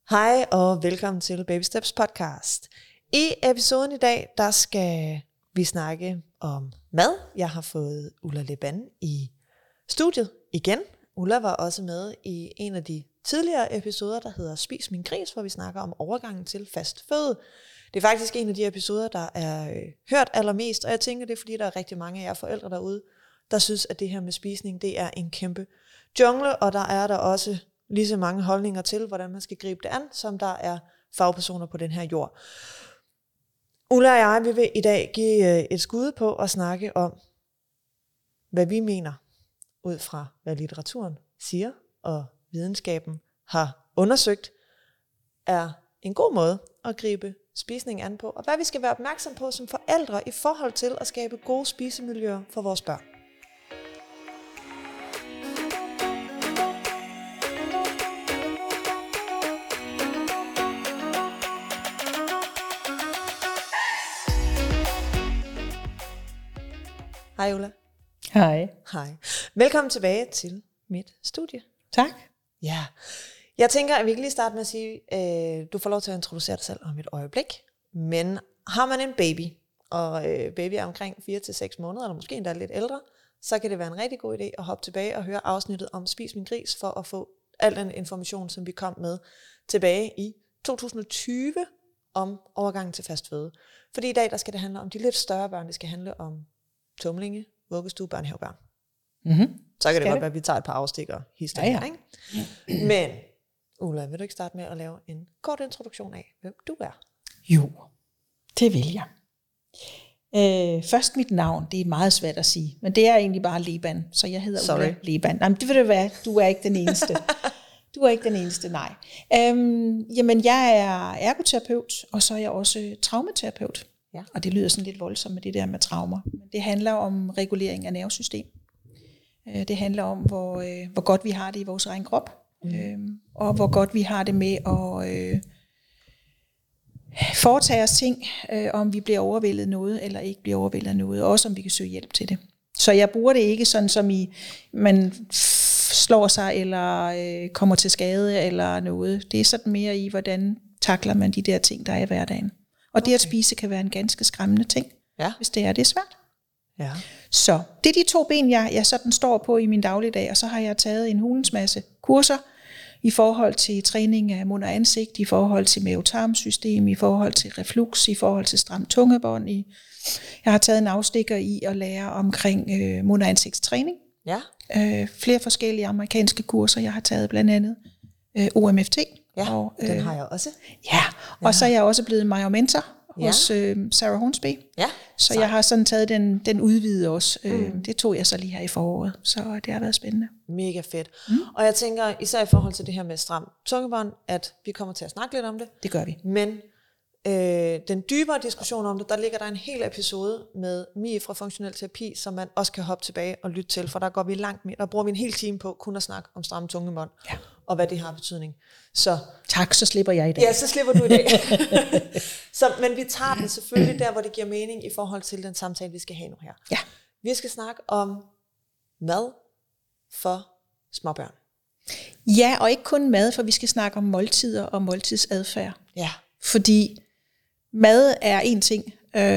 Hej og velkommen til Baby Steps podcast. I episoden i dag, der skal vi snakke om mad. Jeg har fået Ulla Leban i studiet igen. Ulla var også med i en af de tidligere episoder, der hedder Spis min gris, hvor vi snakker om overgangen til fast føde. Det er faktisk en af de episoder, der er hørt allermest, og jeg tænker, det er fordi, der er rigtig mange af jer forældre derude, der synes, at det her med spisning, det er en kæmpe jungle, og der er der også lige så mange holdninger til, hvordan man skal gribe det an, som der er fagpersoner på den her jord. Ulla og jeg, vi vil i dag give et skud på at snakke om, hvad vi mener, ud fra hvad litteraturen siger, og videnskaben har undersøgt, er en god måde at gribe spisning an på, og hvad vi skal være opmærksom på som forældre i forhold til at skabe gode spisemiljøer for vores børn. Hej Ulla. Hej. Hej. Velkommen tilbage til mit studie. Tak. Ja. Jeg tænker, at vi kan lige starte med at sige, du får lov til at introducere dig selv om et øjeblik. Men har man en baby, og baby er omkring 4-6 måneder, eller måske endda lidt ældre, så kan det være en rigtig god idé at hoppe tilbage og høre afsnittet om Spis min gris, for at få al den information, som vi kom med tilbage i 2020 om overgangen til fast føde. Fordi i dag, der skal det handle om de lidt større børn. Det skal handle om tumlinge, vuggestue, børnehavebørn. Mm-hmm. Så kan det godt være, at vi tager et par afstikker historier, Ja. ikke? Men, Ulla, vil du ikke starte med at lave en kort introduktion af, hvem du er? Jo, det vil jeg. Først mit navn, det er meget svært at sige, men det er egentlig bare Leban, så jeg hedder Ulla Leban. Nej, men det vil det være, du er ikke den eneste. Du er ikke den eneste, nej. Jamen, jeg er ergoterapeut, og så er jeg også traumaterapeut. Ja. Og det lyder sådan lidt voldsomt med det der med traumer. Men det handler om regulering af nervesystem. Det handler om, hvor godt vi har det i vores egen krop. Og hvor godt vi har det med at foretage os ting, om vi bliver overvældet noget, eller ikke bliver overvældet noget. Og også om vi kan søge hjælp til det. Så jeg bruger det ikke sådan, som man slår sig, eller kommer til skade, eller noget. Det er sådan mere i, hvordan takler man de der ting, der er i hverdagen. Og det at spise kan være en ganske skræmmende ting, hvis det er svært. Ja. Så det er de to ben, jeg sådan står på i min dagligdag, og så har jeg taget en hulens masse kurser i forhold til træning af mund og ansigt, i forhold til mave-tarmsystem, i forhold til reflux, i forhold til stramt tungebånd. Jeg har taget en afstikker i at lære omkring mund- og ansigtstræning. Ja. Flere forskellige amerikanske kurser, jeg har taget blandt andet OMFT. Ja, og, den har jeg også. Ja, og så er jeg også blevet major mentor hos Sarah Hornsby. Ja. Så jeg har sådan taget den udvidede også. Det tog jeg så lige her i foråret, så det har været spændende. Mega fedt. Og jeg tænker især i forhold til det her med stram tungebånd, at vi kommer til at snakke lidt om det. Det gør vi. Men den dybere diskussion om det, der ligger der en hel episode med Mie fra Funktionel Terapi, som man også kan hoppe tilbage og lytte til, for der går vi langt mere. Der bruger vi en hel time på kun at snakke om stram tungebånd, og hvad det har betydning. Så, tak, så slipper jeg i dag. Ja, så slipper du i dag. Men vi tager den selvfølgelig der, hvor det giver mening i forhold til den samtale, vi skal have nu her. Ja. Vi skal snakke om mad for småbørn. Ja, og ikke kun mad, for vi skal snakke om måltider og måltidsadfærd. Ja. Fordi mad er en ting,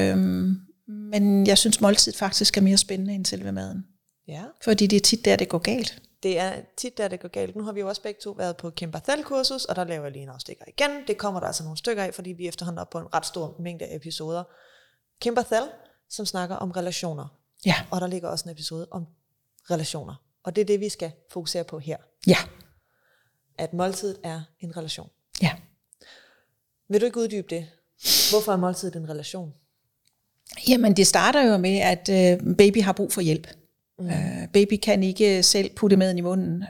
men jeg synes måltid faktisk er mere spændende end selve maden. Ja. Fordi det er tit der, det går galt. Det er tit der, det går galt. Nu har vi jo også begge to været på Kim Barthel-kursus, og der laver jeg lige en afstikker igen. Det kommer der altså nogle stykker af, fordi vi efterhånden er op på en ret stor mængde af episoder. Kim Barthel, som snakker om relationer. Ja. Og der ligger også en episode om relationer. Og det er det, vi skal fokusere på her. Ja. At måltidet er en relation. Ja. Vil du ikke uddybe det? Hvorfor er måltidet en relation? Jamen, det starter jo med, at baby har brug for hjælp. Baby kan ikke selv putte maden i munden.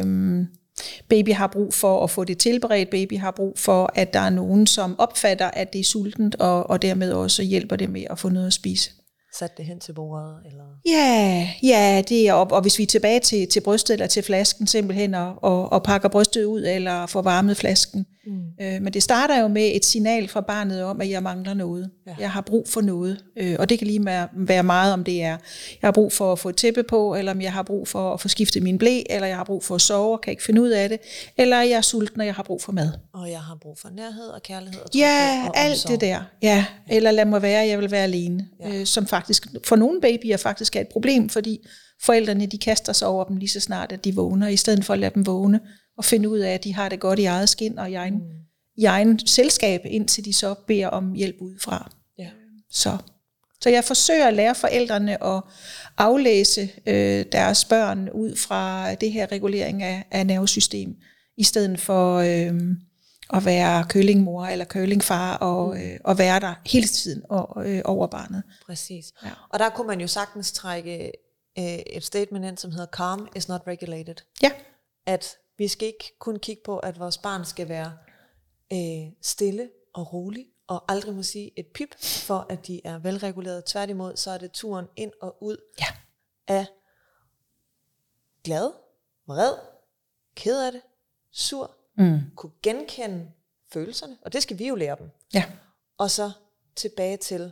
Baby har brug for at få det tilberedt. Baby har brug for, at der er nogen, som opfatter, at det er sultent, og dermed også hjælper det med at få noget at spise. Sat det hen til bordet? Eller? Ja, det er op. Og hvis vi er tilbage til brystet eller til flasken, simpelthen og pakker brystet ud, eller får varmet flasken, Men det starter jo med et signal fra barnet om, at jeg mangler noget. Ja. Jeg har brug for noget. Og det kan lige være meget, om det er, jeg har brug for at få et tæppe på, eller om jeg har brug for at få skiftet min ble, eller jeg har brug for at sove og kan ikke finde ud af det, eller jeg er sulten, og jeg har brug for mad. Og jeg har brug for nærhed og kærlighed. Og og alt omsorg. Det der. Ja. Eller lad mig være, jeg vil være alene. Ja. Som faktisk, for nogle babyer faktisk er et problem, fordi forældrene de kaster sig over dem lige så snart, at de vågner, i stedet for at lade dem vågne, og finde ud af, at de har det godt i eget skin og i egen selskab, indtil de så beder om hjælp udefra. Ja. Så jeg forsøger at lære forældrene at aflæse deres børn ud fra det her regulering af nervesystem, i stedet for at være kølingmor eller kølingfar og være der hele tiden over barnet. Præcis. Ja. Og der kunne man jo sagtens trække et statement ind, som hedder calm is not regulated. Ja. At vi skal ikke kun kigge på, at vores barn skal være stille og rolig, og aldrig må sige et pip, for at de er velreguleret. Tværtimod, så er det turen ind og ud af glad, vred, ked af det, sur, kunne genkende følelserne, og det skal vi jo lære dem. Ja. Og så tilbage til,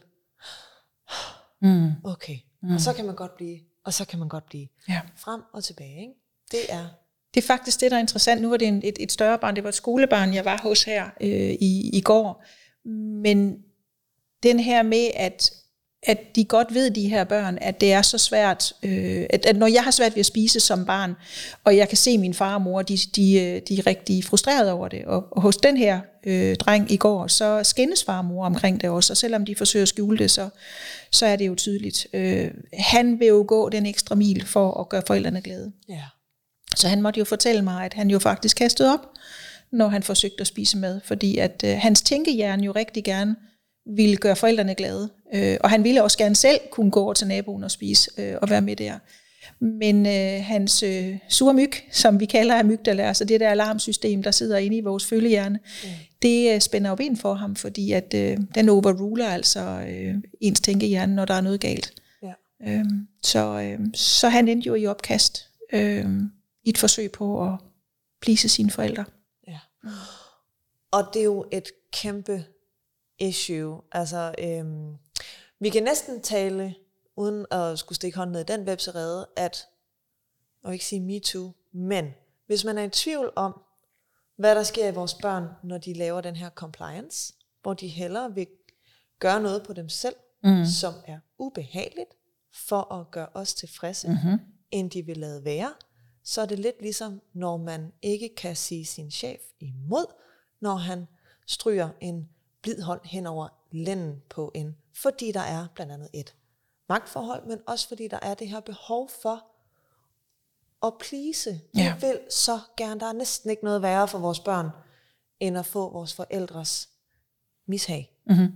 okay, og så kan man godt blive, og så kan man godt blive. Ja. Frem og tilbage, ikke? Det er faktisk det, der er interessant. Nu var det et større barn, det var et skolebarn, jeg var hos her i går. Men den her med, at de godt ved, de her børn, at det er så svært, at når jeg har svært ved at spise som barn, og jeg kan se min far og mor, de er rigtig frustrerede over det. Og hos den her dreng i går, så skændes far og mor omkring det også, og selvom de forsøger at skjule det, så er det jo tydeligt. Han vil jo gå den ekstra mil for at gøre forældrene glade. Ja. Så han måtte jo fortælle mig, at han jo faktisk kastede op, når han forsøgte at spise mad, fordi at hans tænkehjerne jo rigtig gerne ville gøre forældrene glade. Og han ville også gerne selv kunne gå over til naboen og spise og være med der. Men hans sure myg, som vi kalder amygdala, altså det der alarmsystem, der sidder inde i vores følgehjerne, det spænder jo ben for ham, fordi at den overruler altså ens tænkehjerne, når der er noget galt. Ja. Så han endte jo i opkast i et forsøg på at please sine forældre. Ja. Og det er jo et kæmpe issue. Altså, vi kan næsten tale, uden at skulle stikke hånden ned i den webserede, at, og ikke sige MeToo, men hvis man er i tvivl om, hvad der sker i vores børn, når de laver den her compliance, hvor de hellere vil gøre noget på dem selv, som er ubehageligt, for at gøre os tilfredse, end de vil lade være, så er det lidt ligesom, når man ikke kan sige sin chef imod, når han stryger en blid hånd hen over lænden på en, fordi der er blandt andet et magtforhold, men også fordi der er det her behov for at please. Vi vil så gerne, der er næsten ikke noget værre for vores børn, end at få vores forældres mishag.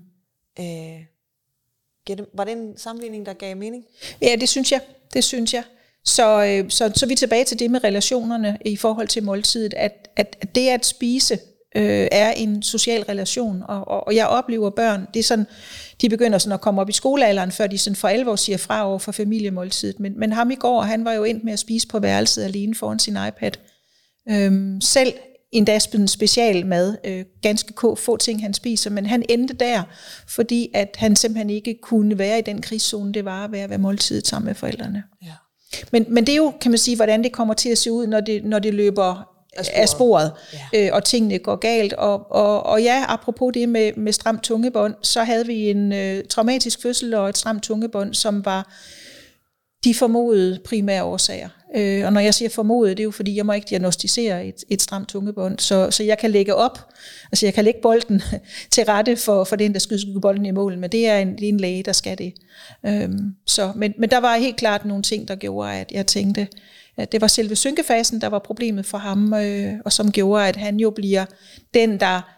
Var det en sammenligning, der gav mening? Ja, det synes jeg. Så er vi tilbage til det med relationerne i forhold til måltidet, at det at spise er en social relation, og jeg oplever børn, det er sådan, de begynder sådan at komme op i skolealderen, før de sådan for alvor siger fra over for familiemåltidet, men ham i går, han var jo endt med at spise på værelset alene foran sin iPad, selv endda en special mad, ganske få ting han spiser, men han endte der, fordi at han simpelthen ikke kunne være i den krigszone, det var at være måltidet sammen med forældrene. Ja. Men det er jo, kan man sige, hvordan det kommer til at se ud, når det løber af sporet, og tingene går galt. Og ja, apropos det med stramt tungebånd, så havde vi en traumatisk fødsel og et stramt tungebånd, som var de formodede primære årsager. Og når jeg siger formodet, det er jo fordi, jeg må ikke diagnostisere et stramt tungebånd, så jeg kan lægge op, altså jeg kan lægge bolden til rette for den, der skyder bolden i mål, men det er en læge, der skal det. Men der var helt klart nogle ting, der gjorde, at jeg tænkte, at det var selve synkefasen, der var problemet for ham, og som gjorde, at han jo bliver den, der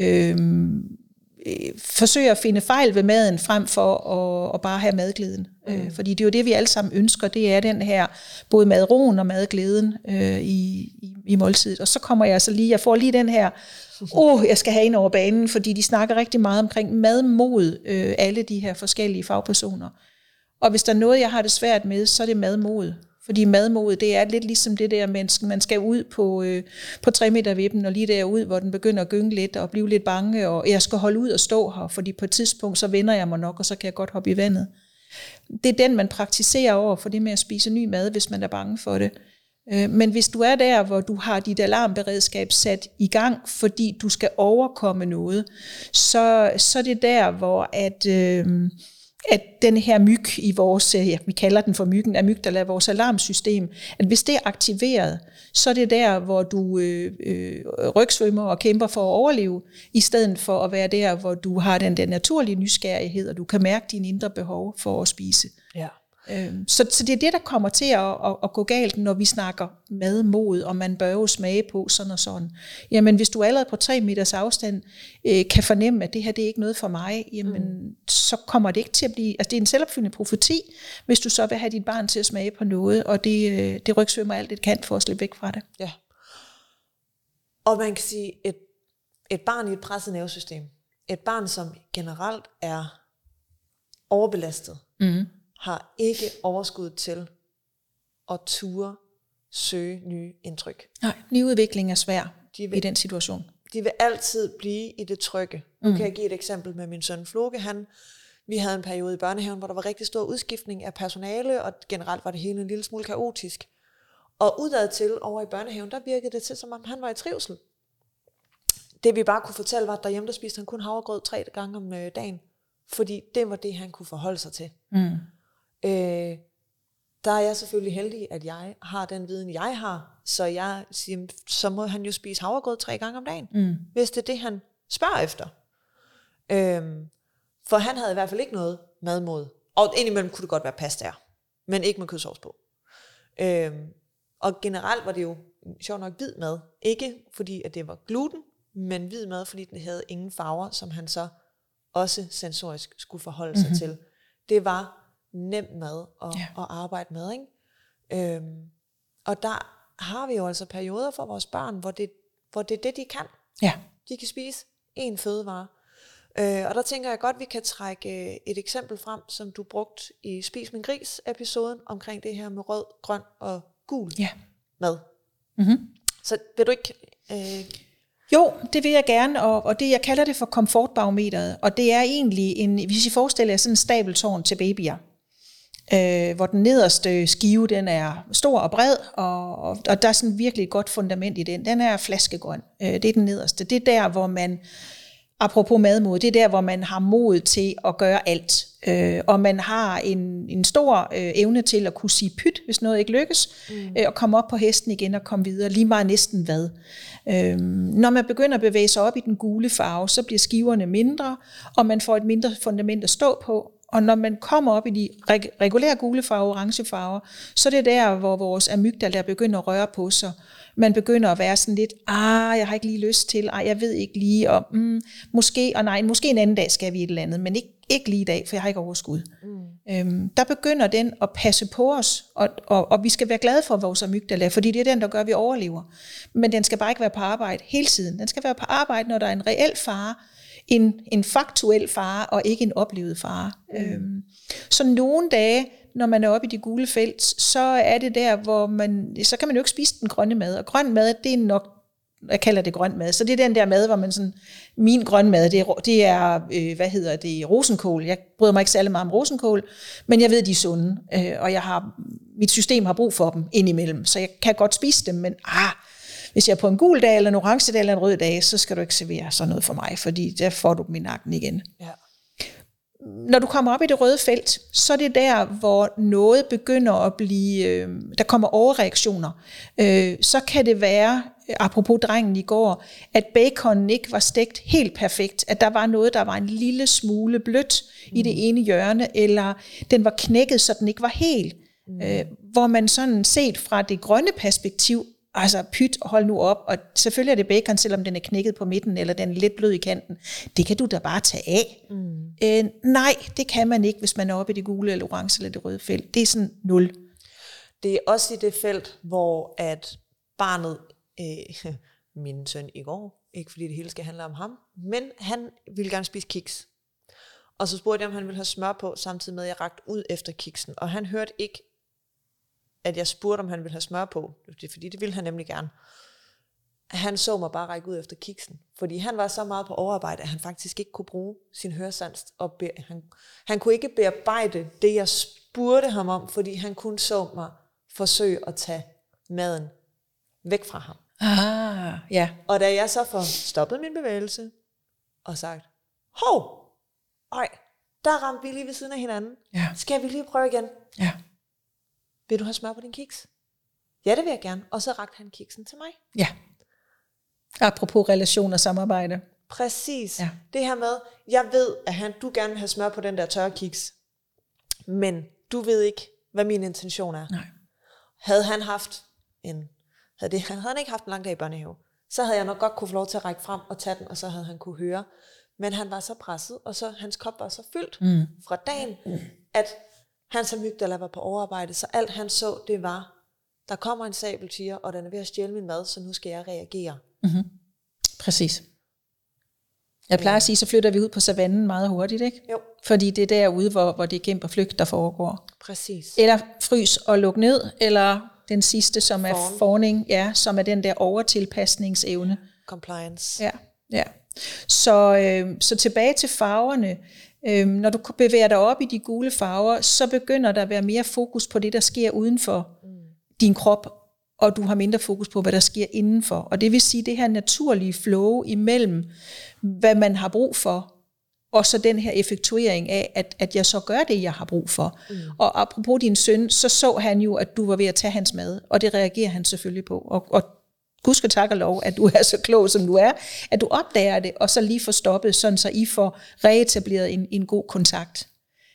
forsøger at finde fejl ved maden, frem for at bare have madglæden. Fordi det er jo det, vi alle sammen ønsker, det er den her, både madroen og madglæden i måltidet. Og så kommer jeg jeg får lige den her, jeg skal have en over banen, fordi de snakker rigtig meget omkring madmod, alle de her forskellige fagpersoner. Og hvis der er noget, jeg har det svært med, så er det madmod. Fordi madmod, det er lidt ligesom det der, man skal ud på 3 meter vippen, og lige derud, hvor den begynder at gynge lidt, og blive lidt bange, og jeg skal holde ud og stå her, fordi på et tidspunkt, så vender jeg mig nok, og så kan jeg godt hoppe i vandet. Det er den, man praktiserer over for det med at spise ny mad, hvis man er bange for det. Men hvis du er der, hvor du har dit alarmberedskab sat i gang, fordi du skal overkomme noget, så er det der, hvor at den her myg i vores, vi kalder den for myggen, amygdala, vores alarmsystem, at hvis det er aktiveret, så er det der, hvor du rygsvømmer og kæmper for at overleve, i stedet for at være der, hvor du har den der naturlige nysgerrighed, og du kan mærke dine indre behov for at spise. Ja. Så det er det, der kommer til at gå galt, når vi snakker madmod, og man bør jo smage på sådan og sådan. Jamen, hvis du allerede på 3 meters afstand kan fornemme, at det her det er ikke noget for mig, jamen, så kommer det ikke til at blive... Altså, det er en selvopfyldende profeti, hvis du så vil have dit barn til at smage på noget, og det rygsvømmer alt det kan for at slippe væk fra det. Ja. Og man kan sige, et barn i et presset nervesystem, et barn, som generelt er overbelastet, har ikke overskud til at ture søge nye indtryk. Nej, nyudvikling er svær i den situation. De vil altid blive i det trygge. Nu kan jeg give et eksempel med min søn Floke. Vi havde en periode i børnehaven, hvor der var rigtig stor udskiftning af personale, og generelt var det hele en lille smule kaotisk. Og udad til over i børnehaven, der virkede det til, som om han var i trivsel. Det vi bare kunne fortælle, var, at derhjemme der spiste han kun havregrød 3 gange om dagen. Fordi det var det, han kunne forholde sig til. Der er jeg selvfølgelig heldig, at jeg har den viden, jeg har. Så jeg siger, så må han jo spise havregrød 3 gange om dagen. Hvis det er det, han spørger efter. For han havde i hvert fald ikke noget madmod. Og indimellem kunne det godt være pastaer. Men ikke med kødsovs på. Og generelt var det jo sjovt nok hvid mad. Ikke fordi, at det var gluten, men hvid mad, fordi den havde ingen farver, som han så også sensorisk skulle forholde sig til. Det var nem mad at arbejde med, ikke? Og der har vi jo altså perioder for vores børn, hvor det er det, de kan. Ja. De kan spise en fødevare. Og der tænker jeg godt, vi kan trække et eksempel frem, som du brugte i Spis min gris-episoden, omkring det her med rød, grøn og gul mad. Så vil du ikke... Jo, det vil jeg gerne, og det jeg kalder det for komfortbarometeret, og det er egentlig hvis I forestiller jer sådan en stabeltårn til babyer, hvor den nederste skive, den er stor og bred, og der er sådan virkelig et godt fundament i den. Den er flaskegrøn, det er den nederste. Det er der, hvor man, apropos madmod, det er der, hvor man har mod til at gøre alt. Og man har en stor evne til at kunne sige pyt, hvis noget ikke lykkes, og komme op på hesten igen og komme videre, lige meget næsten hvad. Når man begynder at bevæge sig op i den gule farve, så bliver skiverne mindre, og man får et mindre fundament at stå på. Og når man kommer op i de regulære gule farver, orange farver, så er det der, hvor vores amygdala begynder at røre på sig. Man begynder at være sådan lidt, jeg har ikke lige lyst til, jeg ved ikke lige, og måske en anden dag skal vi et eller andet, men ikke lige i dag, for jeg har ikke overskud. Der begynder den at passe på os, og vi skal være glade for vores amygdala, fordi det er den, der gør, at vi overlever. Men den skal bare ikke være på arbejde hele tiden. Den skal være på arbejde, når der er en reel fare, en faktuel fare, og ikke en oplevet fare. Så nogle dage, når man er oppe i de gule felt, så er det der, hvor så kan man jo ikke spise den grønne mad. Og grøn mad, det er nok, jeg kalder det grøn mad. Så det er den der mad, hvor man sådan, min grøn mad, det er rosenkål. Jeg bryder mig ikke særlig meget om rosenkål, men jeg ved, de er sunde, og mit system har brug for dem indimellem, så jeg kan godt spise dem, men hvis jeg er på en gul dag, eller en orange dag, eller en rød dag, så skal du ikke servere sådan noget for mig, fordi der får du dem i nakken igen. Ja. Når du kommer op i det røde felt, så er det der, hvor noget begynder at blive, der kommer overreaktioner. Så kan det være, apropos drengen i går, at baconen ikke var stegt helt perfekt, at der var noget, der var en lille smule blødt i det ene hjørne, eller den var knækket, så den ikke var helt. Hvor man sådan set fra det grønne perspektiv, altså pyt, hold nu op, og selvfølgelig er det bacon, selvom den er knækket på midten, eller den er lidt blød i kanten. Det kan du da bare tage af. Nej, det kan man ikke, hvis man er oppe i det gule, eller orange, eller det røde felt. Det er sådan 0. Det er også i det felt, hvor at barnet, min søn i går, ikke fordi det hele skal handle om ham, men han ville gerne spise kiks. Og så spurgte jeg, om han ville have smør på, samtidig med, at jeg rakte ud efter kiksen. Og han hørte ikke at jeg spurgte, om han ville have smør på. Fordi det ville han nemlig gerne. Han så mig bare række ud efter kiksen. Fordi han var så meget på overarbejde, at han faktisk ikke kunne bruge sin høresans. Og han kunne ikke bearbejde det, jeg spurgte ham om, fordi han kun så mig forsøge at tage maden væk fra ham. Ja. Og da jeg så får stoppet min bevægelse, og sagt, hov, der ramte vi lige ved siden af hinanden. Ja. Skal vi lige prøve igen? Ja. Vil du have smør på din kiks? Ja, det vil jeg gerne. Og så rakte han kiksen til mig. Ja. Apropos relation og samarbejde. Præcis. Ja. Det her med, jeg ved, at du gerne vil have smør på den der tørre kiks. Men du ved ikke, hvad min intention er. Nej. Havde han ikke haft en lang dag i børnehave, så havde jeg nok godt kunne få lov til at række frem og tage den, og så havde han kunne høre. Men han var så presset, og så hans kop var så fyldt fra dagen, at hans amygdala var på overarbejde, så alt han så, det var, der kommer en sabeltiger, og den er ved at stjæle min mad, så nu skal jeg reagere. Mm-hmm. Præcis. Jeg plejer at sige, så flytter vi ud på savannen meget hurtigt, ikke? Jo. Fordi det er derude, hvor det er kæmpe flygt, der foregår. Præcis. Eller frys og luk ned, eller den sidste, som er forning, ja, som er den der overtilpasningsevne. Compliance. Ja. Så tilbage til farverne. Når du bevæger dig op i de gule farver, så begynder der at være mere fokus på det, der sker uden for din krop, og du har mindre fokus på, hvad der sker indenfor. Og det vil sige, det her naturlige flow imellem, hvad man har brug for, og så den her effektuering af, at jeg så gør det, jeg har brug for. Og apropos din søn, så han jo, at du var ved at tage hans mad, og det reagerer han selvfølgelig på. Og Gud skal takke og lov, at du er så klog, som du er, at du opdager det, og så lige får stoppet, sådan så I får reetableret en god kontakt.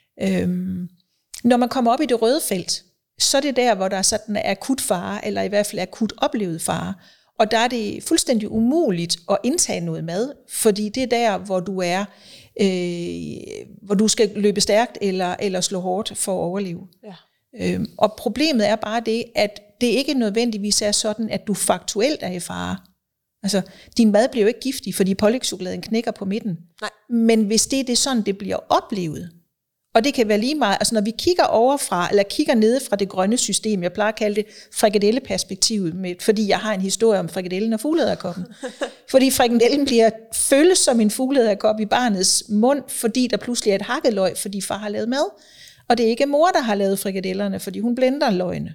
Når man kommer op i det røde felt, så er det der, hvor der er sådan en akut fare, eller i hvert fald akut oplevet fare. Og der er det fuldstændig umuligt at indtage noget mad, fordi det er der, hvor du er, hvor du skal løbe stærkt eller slå hårdt for at overleve. Ja. Og problemet er bare det, at det ikke nødvendigvis er sådan, at du faktuelt er i fare. Altså, din mad bliver jo ikke giftig, fordi pålægtschokoladen knækker på midten. Nej. Men hvis det er sådan, det bliver oplevet, og det kan være lige meget, altså når vi kigger overfra, eller kigger nede fra det grønne system, jeg plejer at kalde det frikadelleperspektivet, fordi jeg har en historie om frikadellen og fugleæderkoppen. Fordi frikadellen føles som en fugleæderkop i barnets mund, fordi der pludselig er et hakkeløg, fordi far har lavet mad. Og det er ikke mor, der har lavet frikadellerne, fordi hun blender løgene.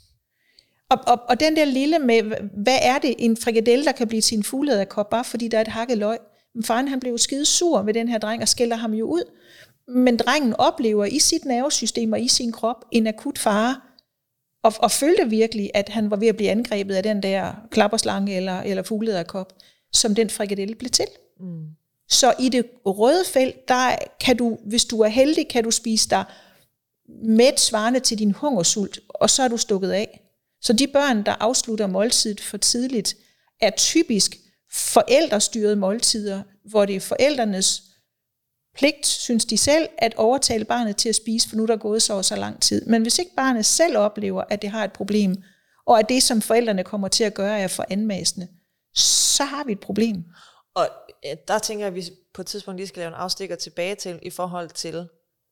Og den der lille med, hvad er det en frikadelle, der kan blive til en fugleæderkop, bare fordi der er et hakkeløg? Men faren han blev skide sur med den her dreng og skælder ham jo ud. Men drengen oplever i sit nervesystem og i sin krop en akut fare, og følte virkelig, at han var ved at blive angrebet af den der klapperslange eller fugleæderkop, som den frikadelle blev til. Så i det røde felt, der kan du, hvis du er heldig, kan du spise dig mæt svarende til din hungersult, og så er du stukket af. Så de børn, der afslutter måltidet for tidligt, er typisk forældrestyrede måltider, hvor det er forældrenes pligt, synes de selv, at overtale barnet til at spise, for nu er der gået så lang tid. Men hvis ikke barnet selv oplever, at det har et problem, og at det, som forældrene kommer til at gøre, er for anmassende, så har vi et problem. Og der tænker jeg, at vi på et tidspunkt lige skal lave en afstikker tilbage til, i forhold til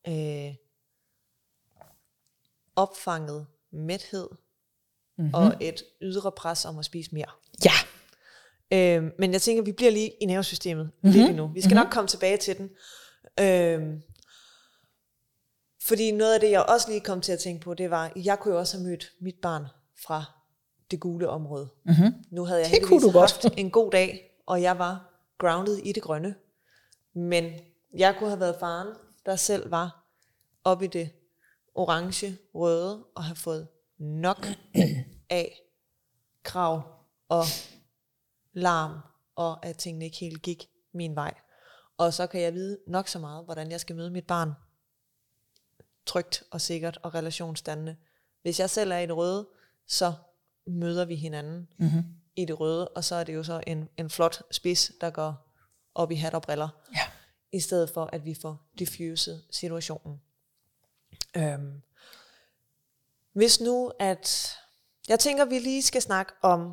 opfanget mæthed, og et ydre pres om at spise mere. Ja. Men jeg tænker, at vi bliver lige i nervesystemet lidt endnu. Vi skal nok komme tilbage til den. Fordi noget af det, jeg også lige kom til at tænke på, det var, at jeg kunne jo også have mødt mit barn fra det gule område. Nu havde jeg heldigvis haft en god dag, og jeg var grounded i det grønne. Men jeg kunne have været faren, der selv var oppe i det orange, røde, og have fået nok af krav og larm, og at tingene ikke helt gik min vej. Og så kan jeg vide nok så meget, hvordan jeg skal møde mit barn trygt og sikkert og relationsdannende. Hvis jeg selv er i det røde, så møder vi hinanden i det røde, og så er det jo så en flot spids, der går op i hat og briller, i stedet for at vi får diffuset situationen. Hvis nu at jeg tænker, vi lige skal snakke om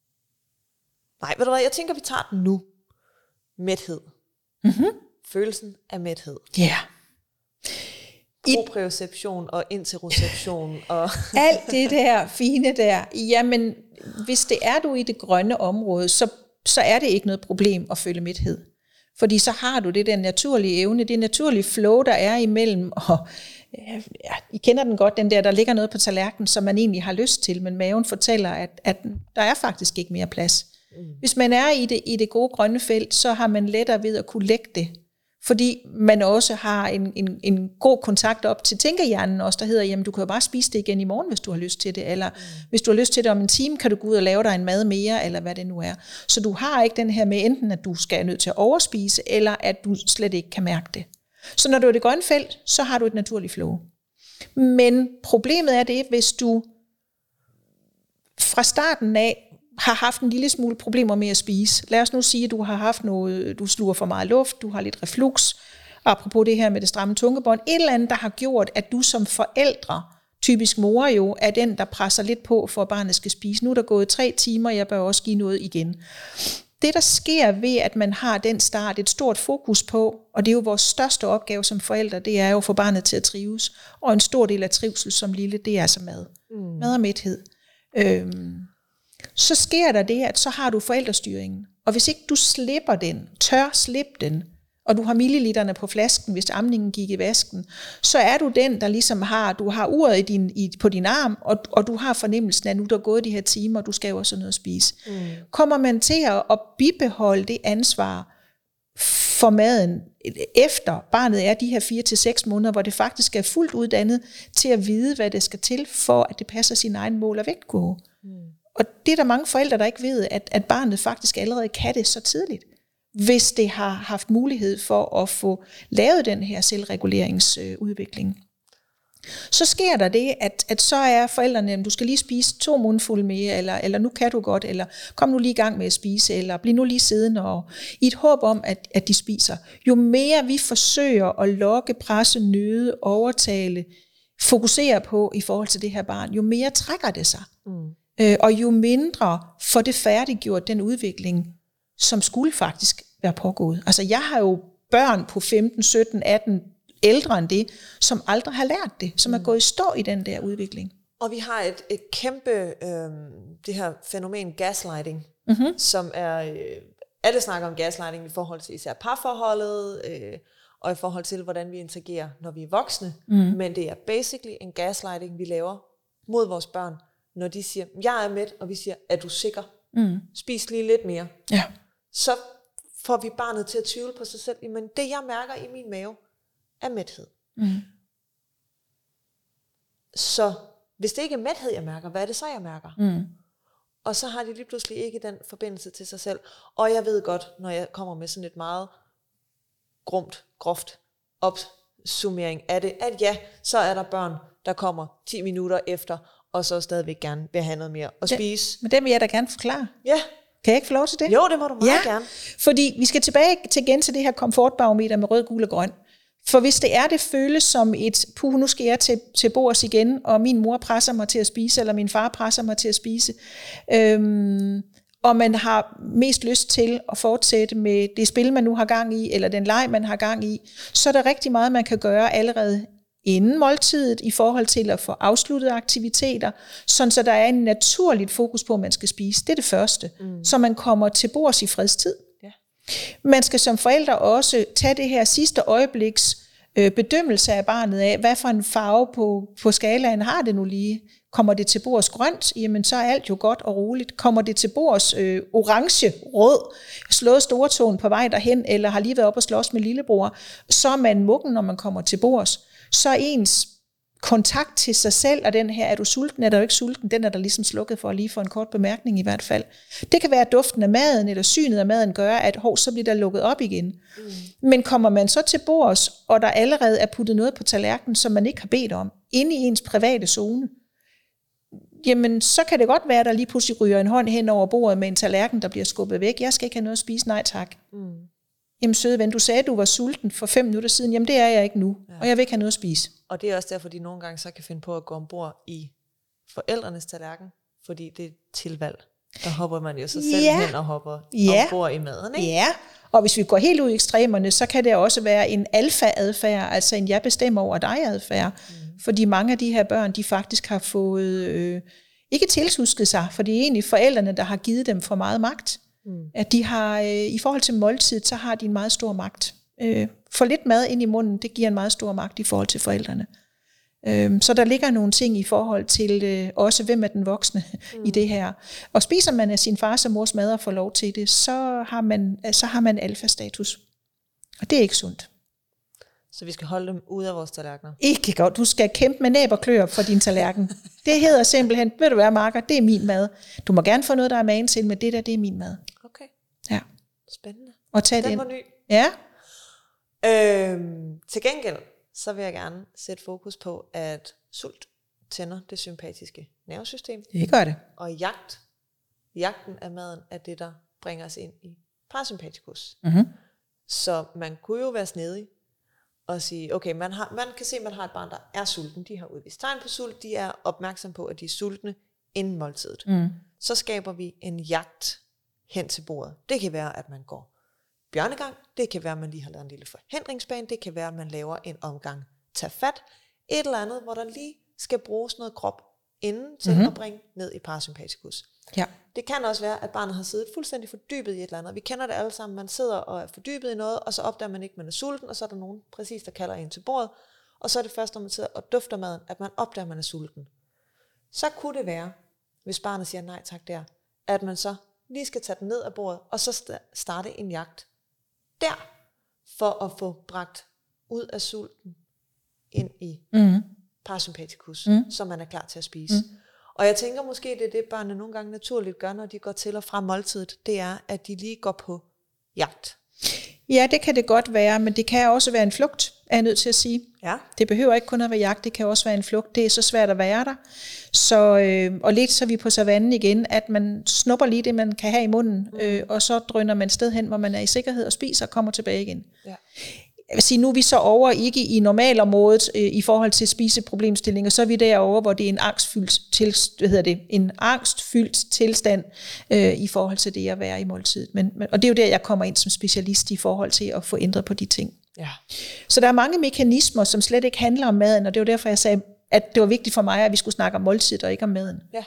jeg tænker, vi tager den nu. Mæthed. Følelsen af mæthed. Ja. proprioception og interoception og alt det der fine der. Jamen, hvis det er du i det grønne område, så er det ikke noget problem at føle mæthed. Fordi så har du det der naturlige evne, det naturlige flow, der er imellem, og ja, I kender den godt, den der ligger noget på tallerkenen, som man egentlig har lyst til, men maven fortæller, at der er faktisk ikke mere plads. Hvis man er i det gode grønne felt, så har man lettere ved at kunne lægge det, fordi man også har en god kontakt op til tænkehjernen også, der hedder, jamen du kan jo bare spise det igen i morgen, hvis du har lyst til det, eller hvis du har lyst til det om en time, kan du gå ud og lave dig en mad mere, eller hvad det nu er. Så du har ikke den her med enten, at du skal nødt til at overspise, eller at du slet ikke kan mærke det. Så når du er i det grønne felt, så har du et naturligt flow. Men problemet er det, hvis du fra starten af har haft en lille smule problemer med at spise. Lad os nu sige, at du har haft noget, du sluger for meget luft, du har lidt reflux, apropos det her med det stramme tungebånd, et eller andet, der har gjort, at du som forældre, typisk mor jo, er den, der presser lidt på, for at barnet skal spise. Nu er der gået 3 timer, jeg bør også give noget igen. Det, der sker ved, at man har den start, et stort fokus på, og det er jo vores største opgave som forældre, det er jo at få barnet til at trives, og en stor del af trivsel som lille, det er altså mad. Mad og mæthed. Så sker der det, at så har du forældrestyringen. Og hvis ikke du slipper den, tør slippe den, og du har milliliterne på flasken, hvis amningen gik i vasken, så er du den, der ligesom du har uret på din arm, og du har fornemmelsen af, at nu der er gået de her timer, og du skal jo også noget at spise. Kommer man til at bibeholde det ansvar for maden, efter barnet er de her 4 til 6 måneder, hvor det faktisk er fuldt uddannet til at vide, hvad det skal til, for at det passer sin egen mål- og vægtkurve. Og det er der mange forældre, der ikke ved, at barnet faktisk allerede kan det så tidligt, hvis det har haft mulighed for at få lavet den her selvreguleringsudvikling. Så sker der det, at så er forældrene, du skal lige spise 2 mundfulde mere, eller nu kan du godt, eller kom nu lige i gang med at spise, eller bliv nu lige siddende, og i et håb om, at de spiser. Jo mere vi forsøger at lokke, presse, nøde, overtale, fokusere på i forhold til det her barn, jo mere trækker det sig. Og jo mindre får det færdiggjort den udvikling, som skulle faktisk være pågået. Altså jeg har jo børn på 15, 17, 18, ældre end det, som aldrig har lært det, som er gået i stå i den der udvikling. Og vi har et kæmpe, det her fænomen gaslighting, som er, alle snakker om gaslighting i forhold til især parforholdet, og i forhold til, hvordan vi interagerer, når vi er voksne. Men det er basically en gaslighting, vi laver mod vores børn, når de siger, jeg er mæt, og vi siger, er du sikker? Spis lige lidt mere. Ja. Så får vi barnet til at tvivle på sig selv. Men det, jeg mærker i min mave, er mæthed. Så hvis det ikke er mæthed, jeg mærker, hvad er det så, jeg mærker? Og så har de lige pludselig ikke den forbindelse til sig selv. Og jeg ved godt, når jeg kommer med sådan et meget groft opsummering af det, at ja, så er der børn, der kommer 10 minutter efter, og så stadigvæk gerne vil have noget mere at spise. Men det vil jeg da gerne forklare. Ja. Kan jeg ikke få lov til det? Jo, det må du meget gerne. Fordi vi skal tilbage til det her komfortbarometer med rød, gul og grøn. For hvis det føles som et, nu skal jeg til bords igen, og min mor presser mig til at spise, eller min far presser mig til at spise, og man har mest lyst til at fortsætte med det spil, man nu har gang i, eller den leg, man har gang i, så er der rigtig meget, man kan gøre allerede inden måltidet i forhold til at få afsluttet aktiviteter, sådan så der er en naturligt fokus på, at man skal spise. Det er det første. Så man kommer til bords i fredstid. Ja. Man skal som forældre også tage det her sidste øjebliks bedømmelse af barnet af, hvad for en farve på skalaen har det nu lige. Kommer det til bords grønt, jamen så er alt jo godt og roligt. Kommer det til bords orange, rød, slået stortåen på vej derhen, eller har lige været op og slås med lillebror, så er man muggen, når man kommer til bords. Så er ens kontakt til sig selv, og den her, er du sulten, er du ikke sulten, den er der ligesom slukket for, lige for en kort bemærkning i hvert fald. Det kan være, at duften af maden, eller synet af maden gør, at så bliver der lukket op igen. Men kommer man så til bords, og der allerede er puttet noget på tallerkenen, som man ikke har bedt om, inde i ens private zone, jamen så kan det godt være, at der lige pludselig ryger en hånd hen over bordet med en tallerken, der bliver skubbet væk. Jeg skal ikke have noget at spise, nej tak. Jamen søde ven, du sagde, at du var sulten for 5 minutter siden. Jamen det er jeg ikke nu, og jeg vil ikke have noget at spise. Og det er også derfor, de nogle gange så kan finde på at gå ombord i forældrenes tallerken, fordi det er tilvalg. Der hopper man jo sig selv hen og hopper ombord i maden, ikke? Ja, Og hvis vi går helt ud i ekstremerne, så kan det også være en alfa-adfærd, altså en jeg bestemmer over dig-adfærd. Fordi mange af de her børn, de faktisk har fået, ikke tilsusket sig, for det er egentlig forældrene, der har givet dem for meget magt. At de har, i forhold til måltid, så har de en meget stor magt. For lidt mad ind i munden, det giver en meget stor magt i forhold til forældrene. Så der ligger nogle ting i forhold til også, hvem er den voksne i det her. Og spiser man af sin fars og mors mad og får lov til det, så har man alfa-status. Og det er ikke sundt. Så vi skal holde dem ude af vores tallerkener? Ikke godt. Du skal kæmpe med næb og klør for din tallerken. Det hedder simpelthen, ved du hvad, Marker, det er min mad. Du må gerne få noget, der er magen til, men det der, det er min mad. Okay. Ja. Spændende. Og tag det ind. Den var ny. Ja. Til gengæld, så vil jeg gerne sætte fokus på, at sult tænder det sympatiske nervesystem. Det gør det. Og jagten af maden er det, der bringer os ind i parasympatikus. Så man kunne jo være snedig og sige, okay, man kan se, at man har et barn, der er sulten. De har udvist tegn på sult. De er opmærksom på, at de er sultne inden måltidet. Så skaber vi en jagt hen til bordet. Det kan være, at man går bjørnegang. Det kan være, at man lige har lavet en lille forhindringsbane. Det kan være, at man laver en omgang tag fat. Et eller andet, hvor der lige skal bruges noget krop inden til at bringe ned i parasympatikus. Ja. Det kan også være, at barnet har siddet fuldstændig fordybet i et eller andet. Vi kender det alle sammen. Man sidder og er fordybet i noget, og så opdager man ikke, at man er sulten, og så er der nogen præcis, der kalder en til bordet. Og så er det først, når man sidder og dufter maden, at man opdager, at man er sulten. Så kunne det være, hvis barnet siger nej tak der, at man så lige skal tage den ned af bordet, og så starte en jagt der, for at få bragt ud af sulten ind i parasympatikus, så man er klar til at spise. Og jeg tænker måske, det er det, børnene nogle gange naturligt gør, når de går til og fra måltidet, det er, at de lige går på jagt. Ja, det kan det godt være, men det kan også være en flugt, er jeg nødt til at sige. Ja. Det behøver ikke kun at være jagt, det kan også være en flugt. Det er så svært at være der. Så, og lidt så er vi på savannen igen, at man snupper lige det, man kan have i munden, og så drøner man sted hen, hvor man er i sikkerhed og spiser og kommer tilbage igen. Ja. Jeg vil sige, nu er vi så over ikke i normalområdet i forhold til spiseproblemstillinger, så er vi derovre, hvor det er en angstfyldt tilstand i forhold til det at være i måltidet. Og det er jo der, jeg kommer ind som specialist i forhold til at få ændret på de ting. Ja. Så der er mange mekanismer, som slet ikke handler om maden, og det var derfor, jeg sagde, at det var vigtigt for mig, at vi skulle snakke om måltidet og ikke om maden. Ja.